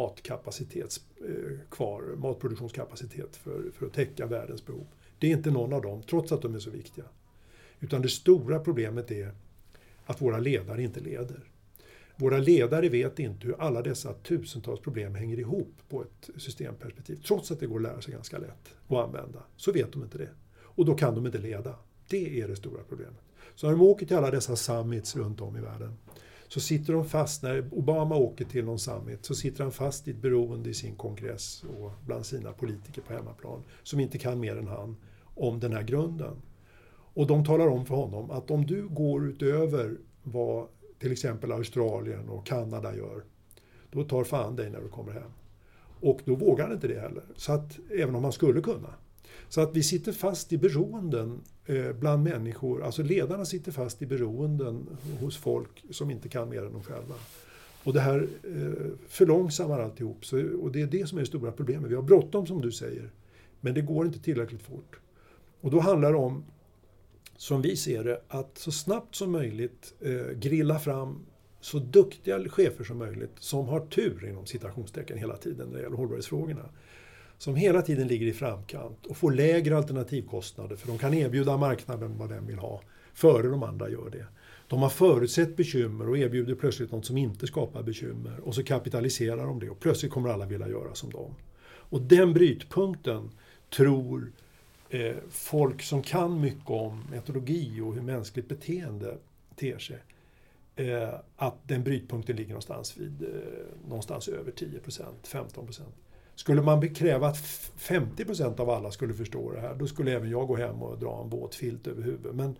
matproduktionskapacitet för att täcka världens behov. Det är inte någon av dem, trots att de är så viktiga. Utan det stora problemet är att våra ledare inte leder. Våra ledare vet inte hur alla dessa tusentals problem hänger ihop på ett systemperspektiv. Trots att det går att lära sig ganska lätt att använda, så vet de inte det. Och då kan de inte leda. Det är det stora problemet. Så när de åker till alla dessa summits runt om i världen, så sitter de fast, när Obama åker till någon summit, så sitter han fast i ett beroende i sin kongress och bland sina politiker på hemmaplan, som inte kan mer än han om den här grunden. Och de talar om för honom att om du går utöver vad till exempel Australien och Kanada gör, då tar fan dig när du kommer hem. Och då vågar han inte det heller. Så att, även om man skulle kunna. Så att vi sitter fast i beroenden bland människor. Alltså ledarna sitter fast i beroenden hos folk som inte kan mer än de själva. Och det här förlångsammar alltihop. Och det är det som är det stora problemet. Vi har bråttom som du säger. Men det går inte tillräckligt fort. Och då handlar det om, som vi ser det, att så snabbt som möjligt grilla fram så duktiga chefer som möjligt som har tur inom citationstecken hela tiden när det gäller hållbarhetsfrågorna. Som hela tiden ligger i framkant och får lägre alternativkostnader för de kan erbjuda marknaden vad den vill ha före de andra gör det. De har förutsett bekymmer och erbjuder plötsligt något som inte skapar bekymmer och så kapitaliserar de det och plötsligt kommer alla vilja göra som dem. Och den brytpunkten tror folk som kan mycket om metodologi och hur mänskligt beteende ter sig, att den brytpunkten ligger någonstans över 10%, 15%. Skulle man kräva att 50% av alla skulle förstå det här, då skulle även jag gå hem och dra en våt filt över huvudet. Men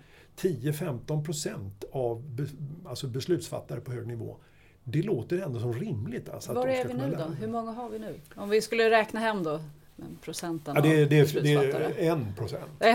10-15% av beslutsfattare på hög nivå, det låter ändå som rimligt. Alltså, var är vi nu då? Hur många har vi nu? Om vi skulle räkna hem då? Procenten det är 1%. 1%. Det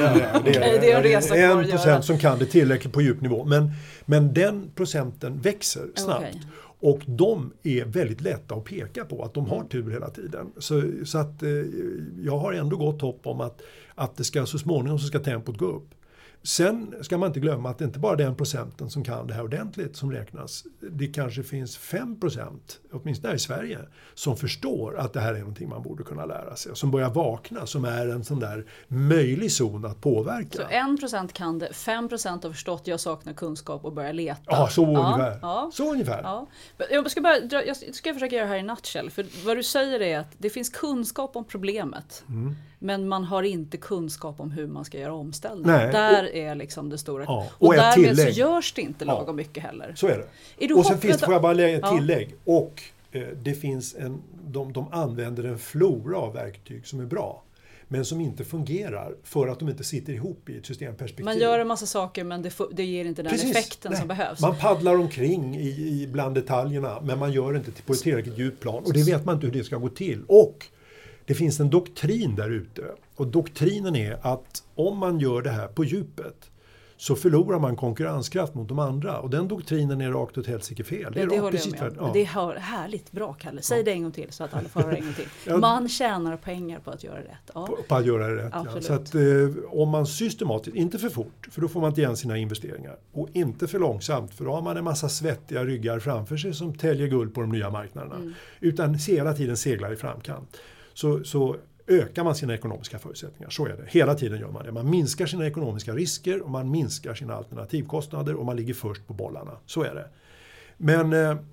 är en resa kvar 1% som kan det tillräckligt på djup nivå. Men den procenten växer snabbt. Okay. Och de är väldigt lätta att peka på att de har tur hela tiden. Så att jag har ändå gott hopp om att det ska så småningom så ska tempot gå upp. Sen ska man inte glömma att det inte bara är den procenten som kan det här ordentligt som räknas. Det kanske finns 5%, åtminstone här i Sverige, som förstår att det här är någonting man borde kunna lära sig. Som börjar vakna, som är en sån där möjlig zon att påverka. Så 1% kan det, 5% har förstått jag saknar kunskap och börjar leta. Ja, så ungefär. Ja. Så ungefär. Ja. Jag ska försöka göra det här i nutshell. För vad du säger är att det finns kunskap om problemet. Mm. Men man har inte kunskap om hur man ska göra omställningar. Där är liksom det stora. Ja. Och därmed så görs det inte lagom mycket heller. Så är det. Och sen får jag bara lägga ett tillägg. Och det finns de använder en flora av verktyg som är bra. Men som inte fungerar för att de inte sitter ihop i ett systemperspektiv. Man gör en massa saker men det ger inte den effekten som behövs. Man paddlar omkring bland detaljerna men man gör inte på ett tillräckligt djupt plan. Och det vet man inte hur det ska gå till. Och det finns en doktrin där ute. Och doktrinen är att om man gör det här på djupet så förlorar man konkurrenskraft mot de andra. Och den doktrinen är rakt åt helsike fel. Det håller jag med om. Det är härligt bra, Kalle. Säg det en gång till så att alla får höra en gång till. Man tjänar pengar på att göra rätt. Ja. På att göra det rätt, ja. Så att om man systematiskt, inte för fort, för då får man inte igen sina investeringar. Och inte för långsamt, för då har man en massa svettiga ryggar framför sig som täljer guld på de nya marknaderna. Utan hela tiden seglar i framkant. Så ökar man sina ekonomiska förutsättningar. Så är det. Hela tiden gör man det. Man minskar sina ekonomiska risker och man minskar sina alternativkostnader och man ligger först på bollarna. Så är det. Men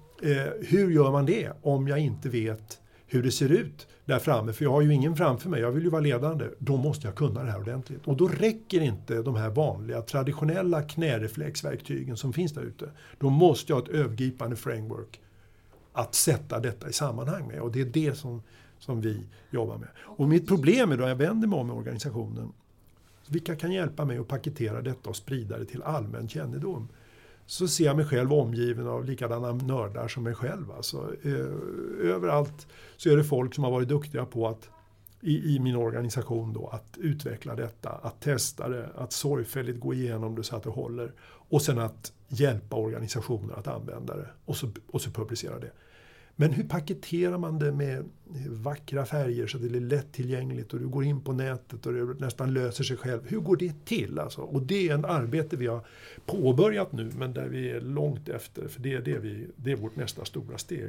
hur gör man det om jag inte vet hur det ser ut där framme? För jag har ju ingen framför mig. Jag vill ju vara ledande. Då måste jag kunna det här ordentligt. Och då räcker inte de här vanliga traditionella knäreflexverktygen som finns där ute. Då måste jag ha ett övergripande framework att sätta detta i sammanhang med. Och det är det som vi jobbar med. Och mitt problem är då jag vänder mig om med organisationen. Vilka kan hjälpa mig att paketera detta och sprida det till allmän kännedom? Så ser jag mig själv omgiven av likadana nördar som mig själv. Alltså, överallt så är det folk som har varit duktiga på att i min organisation då, att utveckla detta, att testa det, att sorgfälligt gå igenom det så att det håller. Och sen att hjälpa organisationer att använda det och så publicera det. Men hur paketerar man det med vackra färger så att det blir lättillgängligt och du går in på nätet och det nästan löser sig själv? Hur går det till? Alltså? Och det är en arbete vi har påbörjat nu men där vi är långt efter. För det är vårt nästa stora steg.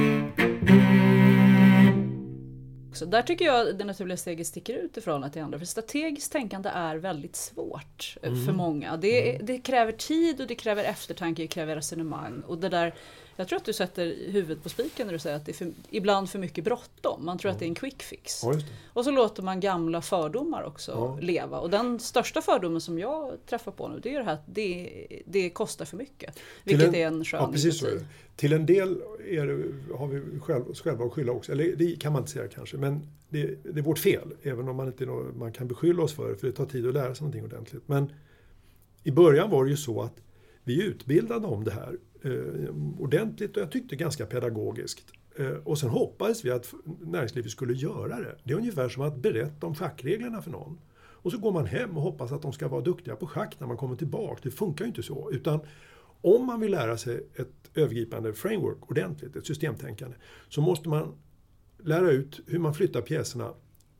Så där tycker jag det naturliga steget sticker ut ifrån till andra. För strategiskt tänkande är väldigt svårt för många. Det kräver tid och det kräver eftertanke, det kräver resonemang. Och det där, jag tror att du sätter huvudet på spiken när du säger att det är ibland för mycket bråttom. Man tror att det är en quick fix. Ja, och så låter man gamla fördomar också leva. Och den största fördomen som jag träffar på nu det är det här att det kostar för mycket. Vilket är en skön precis så är det. Till en del har vi själva att skylla också. Eller det kan man inte säga kanske. Men det är vårt fel. Även om man kan beskylla oss för det tar tid att lära sig någonting ordentligt. Men i början var det ju så att vi utbildade om det här ordentligt och jag tyckte ganska pedagogiskt. Och sen hoppades vi att näringslivet skulle göra det. Det är ungefär som att berätta om schackreglerna för någon. Och så går man hem och hoppas att de ska vara duktiga på schack när man kommer tillbaka. Det funkar ju inte så. Utan om man vill lära sig ett övergripande framework ordentligt, ett systemtänkande, så måste man lära ut hur man flyttar pjäserna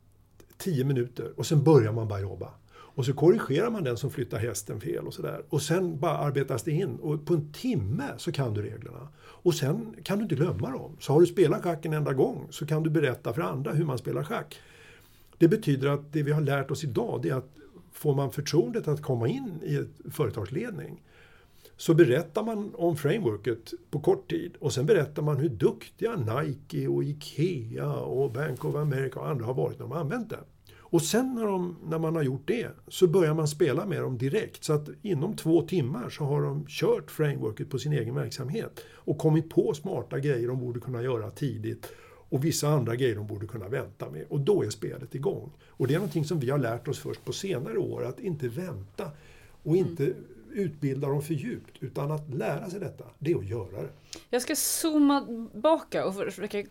10 minuter och sen börjar man bara jobba. Och så korrigerar man den som flyttar hästen fel och sådär. Och sen bara arbetas det in. Och på en timme så kan du reglerna. Och sen kan du inte glömma dem. Så har du spelat schack en enda gång så kan du berätta för andra hur man spelar schack. Det betyder att det vi har lärt oss idag är att får man förtroendet att komma in i ett företagsledning så berättar man om frameworket på kort tid. Och sen berättar man hur duktiga Nike och Ikea och Bank of America och andra har varit när de har använt det. Och sen när man har gjort det så börjar man spela med dem direkt. Så att inom 2 timmar så har de kört frameworket på sin egen verksamhet. Och kommit på smarta grejer de borde kunna göra tidigt. Och vissa andra grejer de borde kunna vänta med. Och då är spelet igång. Och det är någonting som vi har lärt oss först på senare år. Att inte vänta och inte utbilda dem för djupt. Utan att lära sig detta, det är att göra det. Jag ska zooma baka och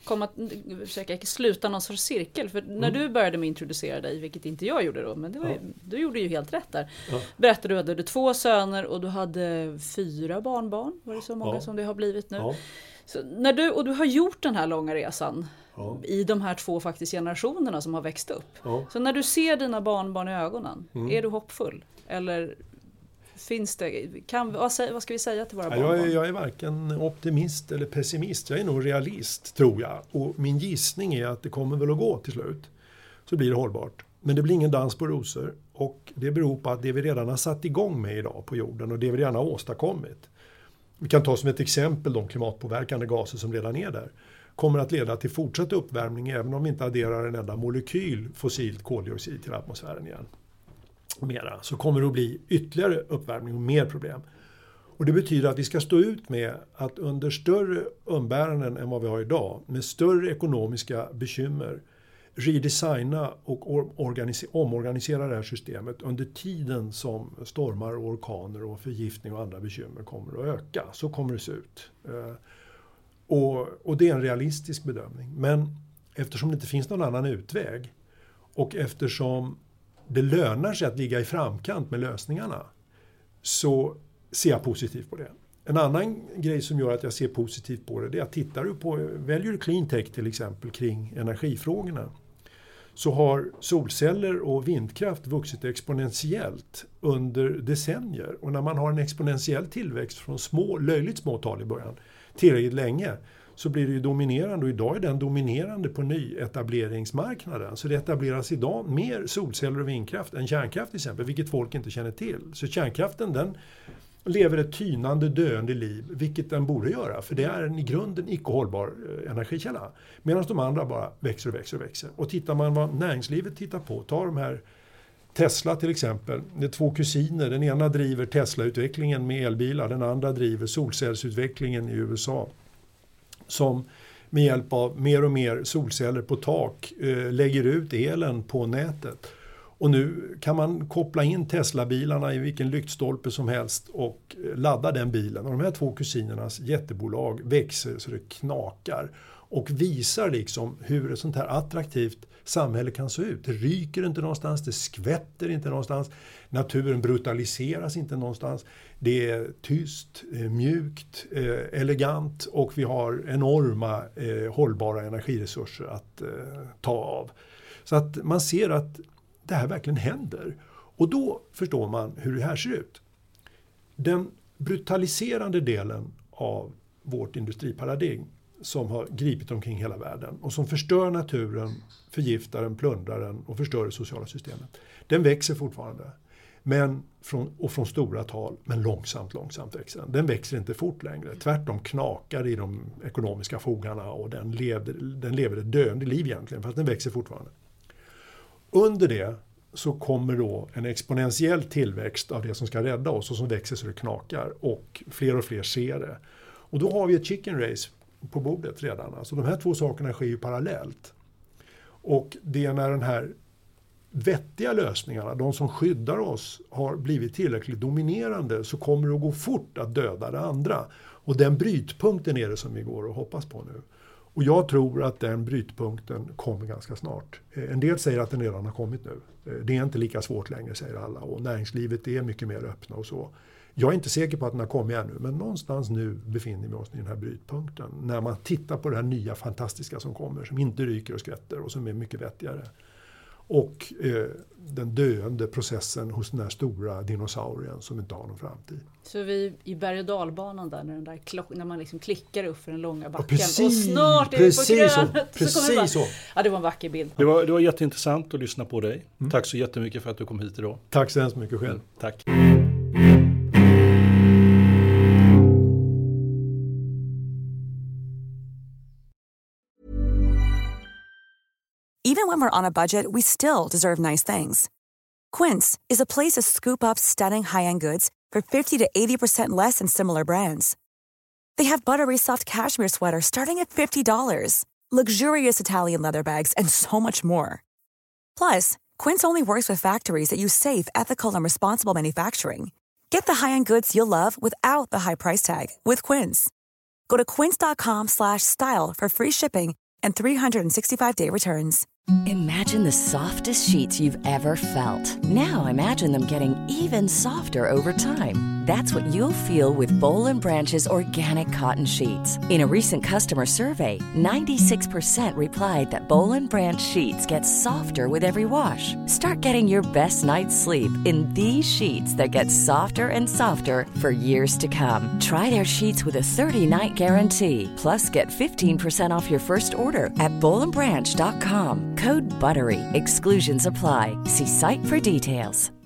försöka sluta någon sorts cirkel. För när du började med att introducera dig, vilket inte jag gjorde då, men det var du gjorde ju helt rätt där. Ja. Berättade du att du hade 2 söner och du hade 4 barnbarn. Var det så många som det har blivit nu? Ja. Så när du har gjort den här långa resan i de här 2 faktiskt generationerna som har växt upp. Ja. Så när du ser dina barnbarn i ögonen, är du hoppfull? Eller finns det, vad ska vi säga till våra barnbarn? Jag är varken optimist eller pessimist. Jag är nog realist, tror jag. Och min gissning är att det kommer väl att gå till slut. Så blir det hållbart. Men det blir ingen dans på rosor. Och det beror på att det vi redan har satt igång med idag på jorden och det vi redan har åstadkommit. Vi kan ta som ett exempel de klimatpåverkande gaser som redan är där. Kommer att leda till fortsatt uppvärmning även om vi inte adderar en enda molekyl fossilt koldioxid till atmosfären igen. Mera, så kommer det att bli ytterligare uppvärmning och mer problem. Och det betyder att vi ska stå ut med att under större umbäranden än vad vi har idag, med större ekonomiska bekymmer, redesigna och omorganisera det här systemet under tiden som stormar och orkaner och förgiftning och andra bekymmer kommer att öka. Så kommer det se ut. Och det är en realistisk bedömning. Men eftersom det inte finns någon annan utväg och eftersom det lönar sig att ligga i framkant med lösningarna så ser jag positivt på det. En annan grej som gör att jag ser positivt på det är att tittar du på, väljer du clean tech till exempel kring energifrågorna så har solceller och vindkraft vuxit exponentiellt under decennier. Och när man har en exponentiell tillväxt från löjligt små tal i början tillräckligt länge så blir det ju dominerande och idag är den dominerande på nyetableringsmarknaden. Så det etableras idag mer solceller och vindkraft än kärnkraft till exempel, vilket folk inte känner till. Så kärnkraften den lever ett tynande, döende liv, vilket den borde göra. För det är en i grunden icke hållbar energikälla. Medan de andra bara växer och växer och växer. Och tittar man vad näringslivet tittar på, tar de här Tesla till exempel, det är 2 kusiner. Den ena driver Tesla-utvecklingen med elbilar, den andra driver solcellsutvecklingen i USA. Som med hjälp av mer och mer solceller på tak lägger ut elen på nätet. Och nu kan man koppla in Tesla-bilarna i vilken lyktstolpe som helst och ladda den bilen. Och de här 2 kusinernas jättebolag växer så det knakar. Och visar liksom hur ett sånt här attraktivt samhälle kan se ut. Det ryker inte någonstans, det skvätter inte någonstans. Naturen brutaliseras inte någonstans. Det är tyst, mjukt, elegant och vi har enorma hållbara energiresurser att ta av. Så att man ser att det här verkligen händer. Och då förstår man hur det här ser ut. Den brutaliserande delen av vårt industriparadigm som har gripit omkring hela världen och som förstör naturen, förgiftar den, plundrar den och förstör det sociala systemet. Den växer fortfarande. Men från stora tal, men långsamt växer den. Den växer inte fort längre. Tvärtom knakar i de ekonomiska fogarna och den lever ett döende liv egentligen, fast den växer fortfarande. Under det så kommer då en exponentiell tillväxt av det som ska rädda oss och som växer så det knakar och fler ser det. Och då har vi ett chicken race på bordet redan. Alltså de här 2 sakerna sker ju parallellt. Och det är när den här vettiga lösningarna, de som skyddar oss, har blivit tillräckligt dominerande så kommer det att gå fort att döda det andra. Och den brytpunkten är det som vi går och hoppas på nu. Och jag tror att den brytpunkten kommer ganska snart. En del säger att den redan har kommit nu. Det är inte lika svårt längre, säger alla. Och näringslivet är mycket mer öppna och så. Jag är inte säker på att den har kommit ännu, men någonstans nu befinner vi oss i den här brytpunkten. När man tittar på det här nya fantastiska som kommer, som inte ryker och skvätter och som är mycket vettigare. Och den döende processen hos den här stora dinosaurien som inte har någon framtid. Så vi i berg- och dalbanan där, när man liksom klickar upp för den långa backen. Precis, och snart är vi på grönet. Precis så. Ja, det var en vacker bild. Det var jätteintressant att lyssna på dig. Tack så jättemycket för att du kom hit idag. Tack så hemskt mycket själv. Tack. Even when we're on a budget, we still deserve nice things. Quince is a place to scoop up stunning high-end goods for 50 to 80% less than similar brands. They have buttery soft cashmere sweaters starting at $50, luxurious Italian leather bags, and so much more. Plus, Quince only works with factories that use safe, ethical, and responsible manufacturing. Get the high-end goods you'll love without the high price tag with Quince. Go to quince.com/style for free shipping and 365-day returns. Imagine the softest sheets you've ever felt. Now imagine them getting even softer over time. That's what you'll feel with Boll & Branch's organic cotton sheets. In a recent customer survey, 96% replied that Boll & Branch sheets get softer with every wash. Start getting your best night's sleep in these sheets that get softer and softer for years to come. Try their sheets with a 30-night guarantee. Plus, get 15% off your first order at bollandbranch.com. Code BUTTERY. Exclusions apply. See site for details.